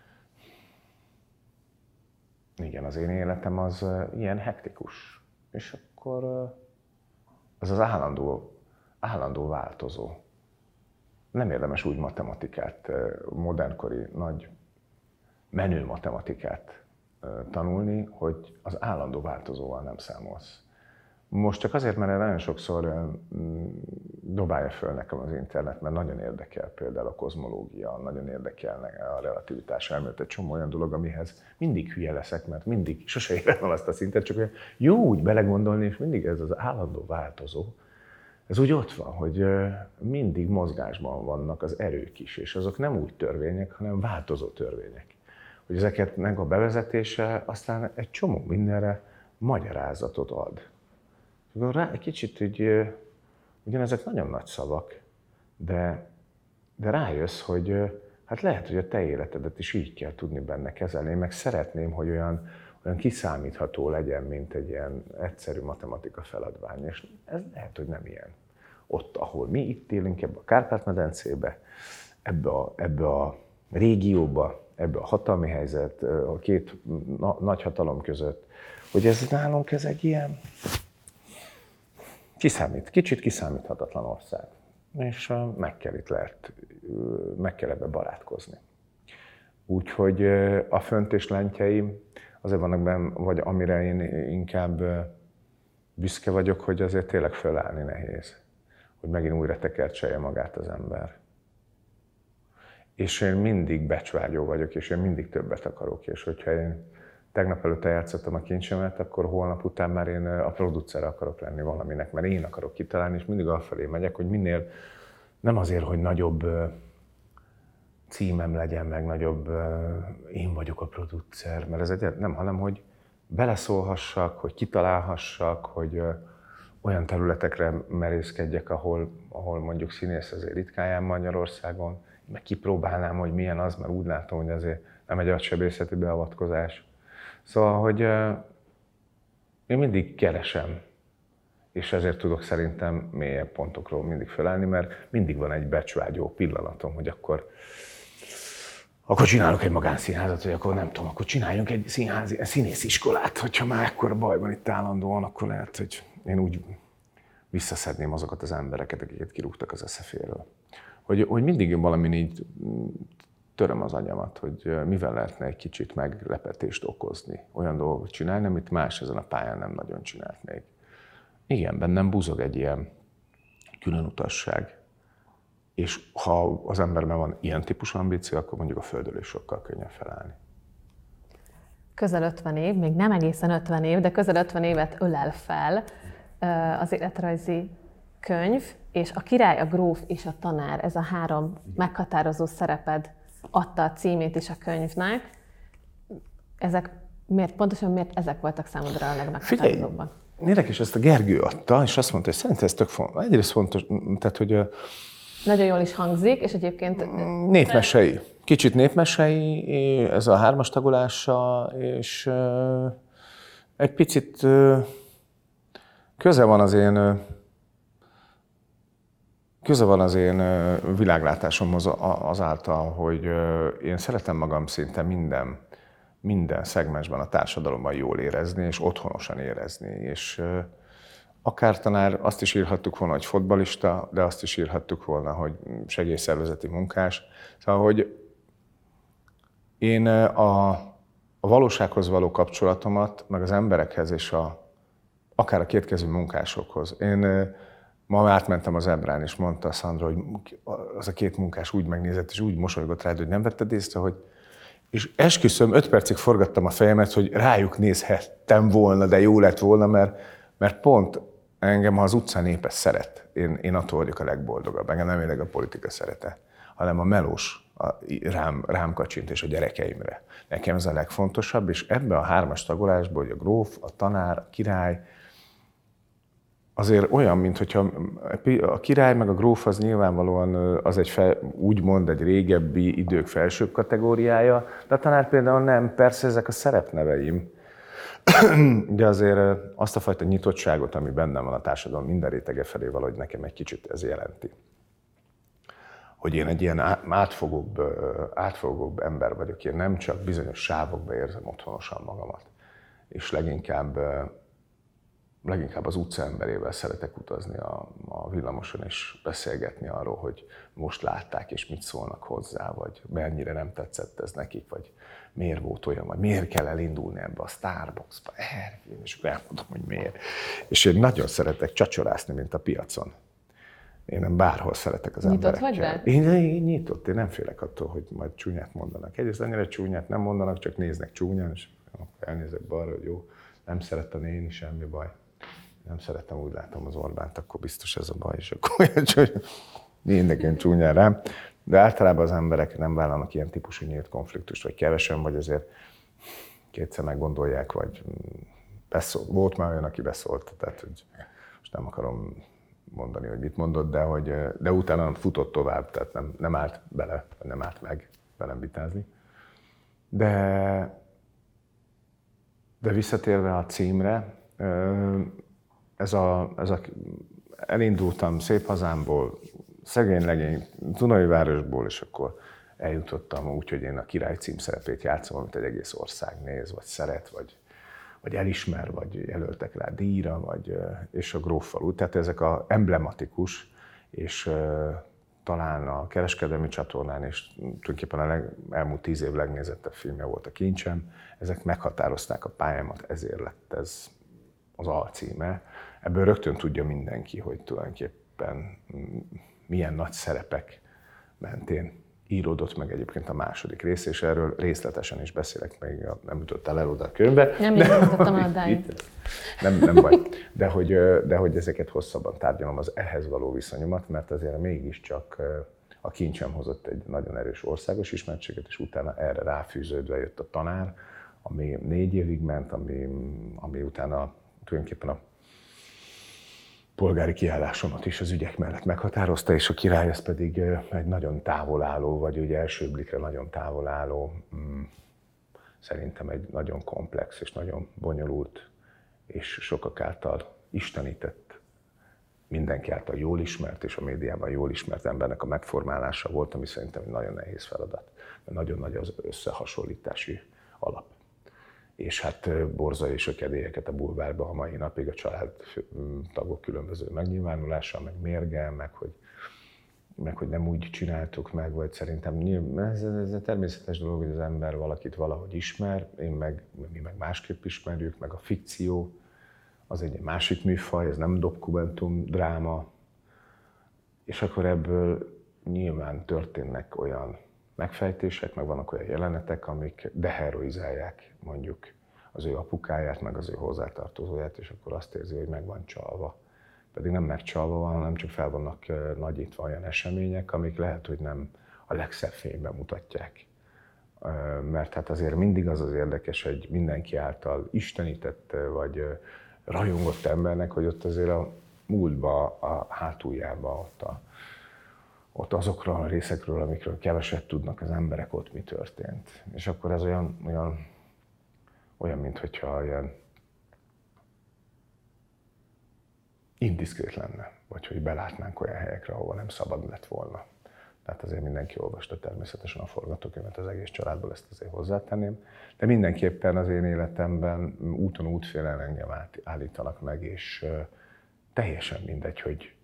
igen, az én életem az ilyen hektikus. És akkor az az állandó, állandó változó. Nem érdemes úgy matematikát, modernkori nagy menő matematikát tanulni, hogy az állandó változóval nem számolsz. Most csak azért, mert nagyon sokszor dobálja föl nekem az internet, mert nagyon érdekel például a kozmológia, nagyon érdekel a relativitás elmélet, egy csomó olyan dolog, amihez mindig hülye leszek, mert mindig sose érem el azt a szintet, csak jó úgy belegondolni, és mindig ez az állandó változó. Ez úgy ott van, hogy mindig mozgásban vannak az erők is, és azok nem úgy törvények, hanem változó törvények. Hogy ezeknek a bevezetése aztán egy csomó mindenre magyarázatot ad. Rá egy kicsit, hogy ugyanezek nagyon nagy szavak, de, de rájössz, hogy hát lehet, hogy a te életedet is így kell tudni benne kezelni. Én meg szeretném, hogy olyan, olyan kiszámítható legyen, mint egy ilyen egyszerű matematika feladvány, és ez lehet, hogy nem ilyen. Ott, ahol mi itt élünk, ebbe a Kárpát-medencébe, ebbe a, ebbe a régióba, ebbe a hatalmi helyzet, a két na, nagy hatalom között, hogy ez nálunk ez egy ilyen kiszámít, kicsit kiszámíthatatlan ország. És meg kell itt lehet, meg kell ebbe barátkozni. Úgyhogy a fönt és lentjeim azért vannak benne, vagy amire én inkább büszke vagyok, hogy azért tényleg fölállni nehéz. Hogy megint újra tekercselje magát az ember. És én mindig becsvágyó vagyok, és én mindig többet akarok. És hogyha én tegnap előtt eljátszottam a kincsemet, akkor holnap után már én a producer akarok lenni valaminek, mert én akarok kitalálni, és mindig afelé megyek, hogy minél nem azért, hogy nagyobb címem legyen, meg nagyobb én vagyok a producer, mert ez egy, nem, hanem hogy beleszólhassak, hogy kitalálhassak, hogy olyan területekre merészkedjek, ahol, ahol mondjuk színész azért ritkán jár Magyarországon, meg kipróbálnám, hogy milyen az, mert úgy látom, hogy azért nem egy agysebészeti beavatkozás. Szóval, hogy én mindig keresem, és ezért tudok szerintem mélyebb pontokról mindig felállni, mert mindig van egy becsvágyó pillanatom, hogy akkor akkor csinálok egy magánszínházat, vagy akkor nem tudom, akkor csináljunk egy színházi, egy színésziskolát, hogyha már ekkora baj van itt állandóan, akkor lehet, hogy én úgy visszaszedném azokat az embereket, akiket kirúgtak az eszeféről. Hogy, hogy mindig valamin így töröm az agyamat, hogy mivel lehetne egy kicsit meglepetést okozni, olyan dolgokat csinálni, amit más ezen a pályán nem nagyon csinált még. Igen, bennem buzog egy ilyen különutasság. És ha az emberben van ilyen típusú ambíció, akkor mondjuk a földről is sokkal könnyebb felállni. Közel ötven év, még nem egészen ötven év, de közel ötven évet ölel fel az életrajzi könyv, és a király, a gróf és a tanár, ez a három meghatározó szereped adta a címét is a könyvnek. Ezek miért, pontosan miért ezek voltak számodra a legmeghatározóbbak? Érdekes, ezt a Gergő adta, és azt mondta, hogy szerintem ez tök fontos. Egyrészt fontos, tehát, hogy nagyon jól is hangzik, és egyébként... Népmesei. Kicsit népmesei, ez a hármas tagolása, és egy picit köze van az én, köze van az én világlátásomhoz azáltal, hogy én szeretem magam szinte minden, minden szegmensben a társadalomban jól érezni, és otthonosan érezni, és akár tanár, azt is írhattuk volna, hogy fotbalista, de azt is írhattuk volna, hogy segélyszervezeti munkás. Szóval, hogy én a, a valósághoz való kapcsolatomat, meg az emberekhez és a, akár a kétkezű munkásokhoz. Én ma átmentem az Ebrán, és mondta Szandra, hogy az a két munkás úgy megnézett, és úgy mosolygott rád, hogy nem vetted észre, hogy... És esküszöm, öt percig forgattam a fejemet, hogy rájuk nézhettem volna, de jó lett volna, mert, mert pont engem, ha az utca népe szeret, én, én attól vagyok a legboldogabb. Engem nem érdekel a politika szerete, hanem a melós a, rám, rám kacsint és a gyerekeimre. Nekem ez a legfontosabb, és ebben a hármas tagolásban, hogy a gróf, a tanár, a király, azért olyan, mint hogyha a király meg a gróf az nyilvánvalóan az egy fel, úgymond egy régebbi idők felsőbb kategóriája, de a tanár például nem, persze ezek a szerepneveim, de azért azt a fajta nyitottságot, ami bennem van a társadalom minden rétege felé, valahogy nekem egy kicsit ez jelenti. Hogy én egy ilyen átfogóbb, átfogóbb ember vagyok, én nem csak bizonyos sávokba érzem otthonosan magamat, és leginkább, leginkább az utca emberével szeretek utazni a, a villamoson, és beszélgetni arról, hogy most látták, és mit szólnak hozzá, vagy mennyire nem tetszett ez nekik, vagy miért volt olyan, vagy miért kell elindulni ebbe a Starbucksba, és elmondom, hogy miért. És én nagyon szeretek csacsorászni, mint a piacon. Én nem bárhol szeretek az nyitott emberekkel. Nyitott vagy rá? Én, én nyitott, én nem félek attól, hogy majd csúnyát mondanak. Egyrészt annyira csúnyát nem mondanak, csak néznek csúnyán, és elnézek balra, hogy jó, nem szerettem én, semmi baj. Nem szerettem, úgy látom az Orbánt, akkor biztos ez a baj, és akkor mindenki csúnyán rám. De általában az emberek nem vállalnak ilyen típusú nyílt konfliktust, vagy kevesen, vagy azért kétszer meggondolják, vagy beszól. Volt már olyan, aki beszólt, tehát hogy most nem akarom mondani, hogy mit mondott, de, hogy, de utána futott tovább, tehát nem, nem állt bele, nem állt meg velem vitázni. De, de visszatérve a címre, ez a, ez a, elindultam szép hazámból, szegény legény Dunajvárosból, és akkor eljutottam úgy, hogy én a király címszerepét játszom, amit egy egész ország néz, vagy szeret, vagy, vagy elismer, vagy jelöltek rá díjra, vagy, és a gróffalú. Tehát ezek a emblematikus, és uh, talán a kereskedelmi csatornán, és tulajdonképpen a leg, elmúlt tíz év legnézettebb filmje volt a Kincsem, ezek meghatározták a pályámat, ezért lett ez az alcíme. Ebből rögtön tudja mindenki, hogy tulajdonképpen milyen nagy szerepek mentén íródott meg egyébként a második rész, és erről részletesen is beszélek, még nem jutottál el oda a könyvbe. Nem jutottam el odáig. Nem, nem baj. De hogy, de hogy ezeket hosszabban tárgyalom az ehhez való viszonyomat, mert azért mégiscsak a Kincsem hozott egy nagyon erős országos ismertséget, és utána erre ráfűződve jött a Tanár, ami négy évig ment, ami, ami utána tulajdonképpen a polgári kiállásomat is az ügyek mellett meghatározta, és a Király ez pedig egy nagyon távolálló, vagy ugye első blikre nagyon távolálló, szerintem egy nagyon komplex és nagyon bonyolult, és sokak által istenített, mindenki által jól ismert, és a médiában jól ismert embernek a megformálása volt, ami szerintem egy nagyon nehéz feladat. nagyon nagy az összehasonlítási alap. És hát borzai és ökedélyeket a bulvárba a mai napig a családtagok különböző megnyilvánulása, meg mérge, meg hogy, meg hogy nem úgy csináltuk meg, vagy szerintem ez, ez egy természetes dolog, hogy az ember valakit valahogy ismer, én meg, mi meg másképp ismerjük, meg a fikció, az egy másik műfaj, ez nem dokumentum, dráma, és akkor ebből nyilván történnek olyan megfejtések, meg vannak olyan jelenetek, amik deheroizálják mondjuk az ő apukáját, meg az ő hozzátartozóját, és akkor azt érzi, hogy meg van csalva. Pedig nem megcsalva van, hanem csak fel vannak nagyítva olyan események, amik lehet, hogy nem a legszebb fényben mutatják. Mert hát azért mindig az az érdekes egy mindenki által istenített vagy rajongott embernek, hogy ott azért a múltba, a hátuljában, ott, a, ott azokról a részekről, amikről keveset tudnak az emberek, ott mi történt. És akkor ez olyan, olyan, olyan minthogyha ilyen indiszkrét lenne, vagy hogy belátnánk olyan helyekre, ahova nem szabad lett volna. Tehát azért mindenki olvasta természetesen a forgatókönyvet, az egész családból ezt azért hozzátenném. De mindenképpen az én életemben úton útfélen engem állítanak meg, és teljesen mindegy, hogy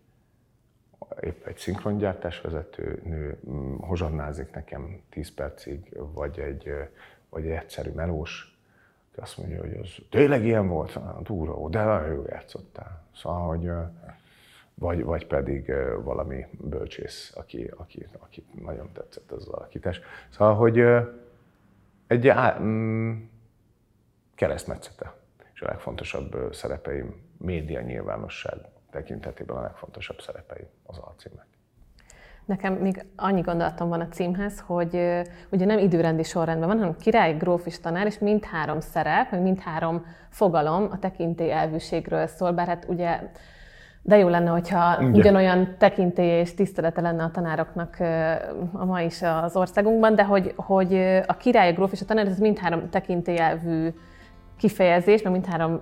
épp egy szinkrongyártásvezető nő hozsannázik nekem tíz percig, vagy egy, vagy egy egyszerű melós, aki azt mondja, hogy az tényleg ilyen volt, durva, de nagyon jól játszottál. Szóval, hogy Vagy, vagy pedig valami bölcsész, aki, aki, aki nagyon tetszett az alakítás. Szóval, hogy egy á, mm, keresztmetszete, és a legfontosabb szerepeim, média nyilvánosság tekintetében a legfontosabb szerepeim az alcímek. Nekem még annyi gondolatom van a címhez, hogy uh, ugye nem időrendi sorrendben van, hanem király, gróf és tanár, és mindhárom szerep, meg mindhárom fogalom a tekintélyelvűségről szól, bár hát ugye de jó lenne, hogyha Igen. ugyanolyan tekintélye és tisztelete lenne a tanároknak a ma is az országunkban, de hogy, hogy a király, a gróf és a tanár, ez mindhárom tekintélyelvű kifejezés, mert mindhárom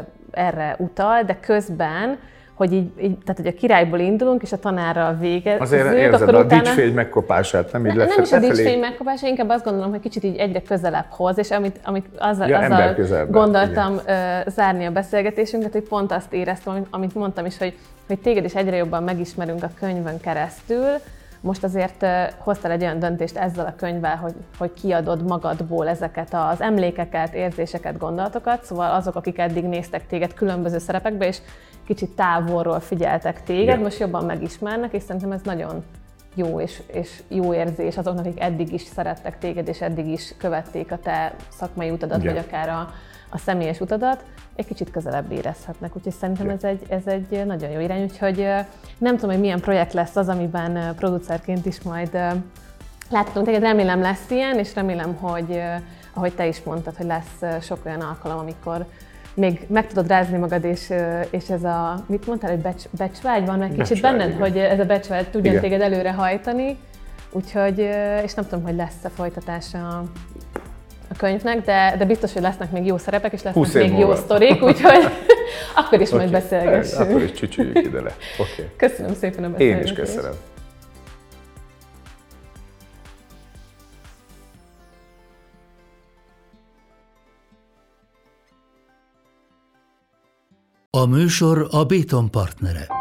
erre utal, de közben, hogy így, így, tehát hogy a királyból indulunk, és a tanárral végezünk. Azért érzed akkor a utána... dicsfény megkopását, nem így ne, Nem is a lefelé. dicsfény megkopása, inkább azt gondolom, hogy kicsit így egyre közelebb hoz, és amit, amit azzal, ja, azzal gondoltam uh, zárni a beszélgetésünket, hogy pont azt éreztem, amit, amit mondtam is, hogy, hogy téged is egyre jobban megismerünk a könyvön keresztül. Most azért uh, hoztál egy olyan döntést ezzel a könyvvel, hogy, hogy kiadod magadból ezeket az emlékeket, érzéseket, gondolatokat, szóval azok, akik eddig néztek téged különböző szerepekbe, és kicsit távolról figyeltek téged, yeah. most jobban megismernek, és szerintem ez nagyon jó és, és jó érzés azoknak, akik eddig is szerettek téged, és eddig is követték a te szakmai utadat, yeah. vagy akár a, a személyes utadat, egy kicsit közelebb érezhetnek, úgyhogy szerintem yeah. ez, egy, ez egy nagyon jó irány, úgyhogy nem tudom, hogy milyen projekt lesz az, amiben producerként is majd láthatunk téged, remélem lesz ilyen, és remélem, hogy ahogy te is mondtad, hogy lesz sok olyan alkalom, amikor még meg tudod rázni magad, és, és ez a, mit mondtál, hogy becs, becsvágy van meg kicsit becsvágy, benned, igen. hogy ez a becsvágy tudjon igen. téged előre hajtani, úgyhogy, és nem tudom, hogy lesz-e folytatása a, a könyvnek, de, de biztos, hogy lesznek még jó szerepek, és lesznek még múlva. Jó sztorik, úgyhogy akkor is okay. majd beszélgessünk. Akkor is csücsüljük ide le. Okay. Köszönöm szépen a beszélgetést. Én is köszönöm. A műsor a Béton partnere.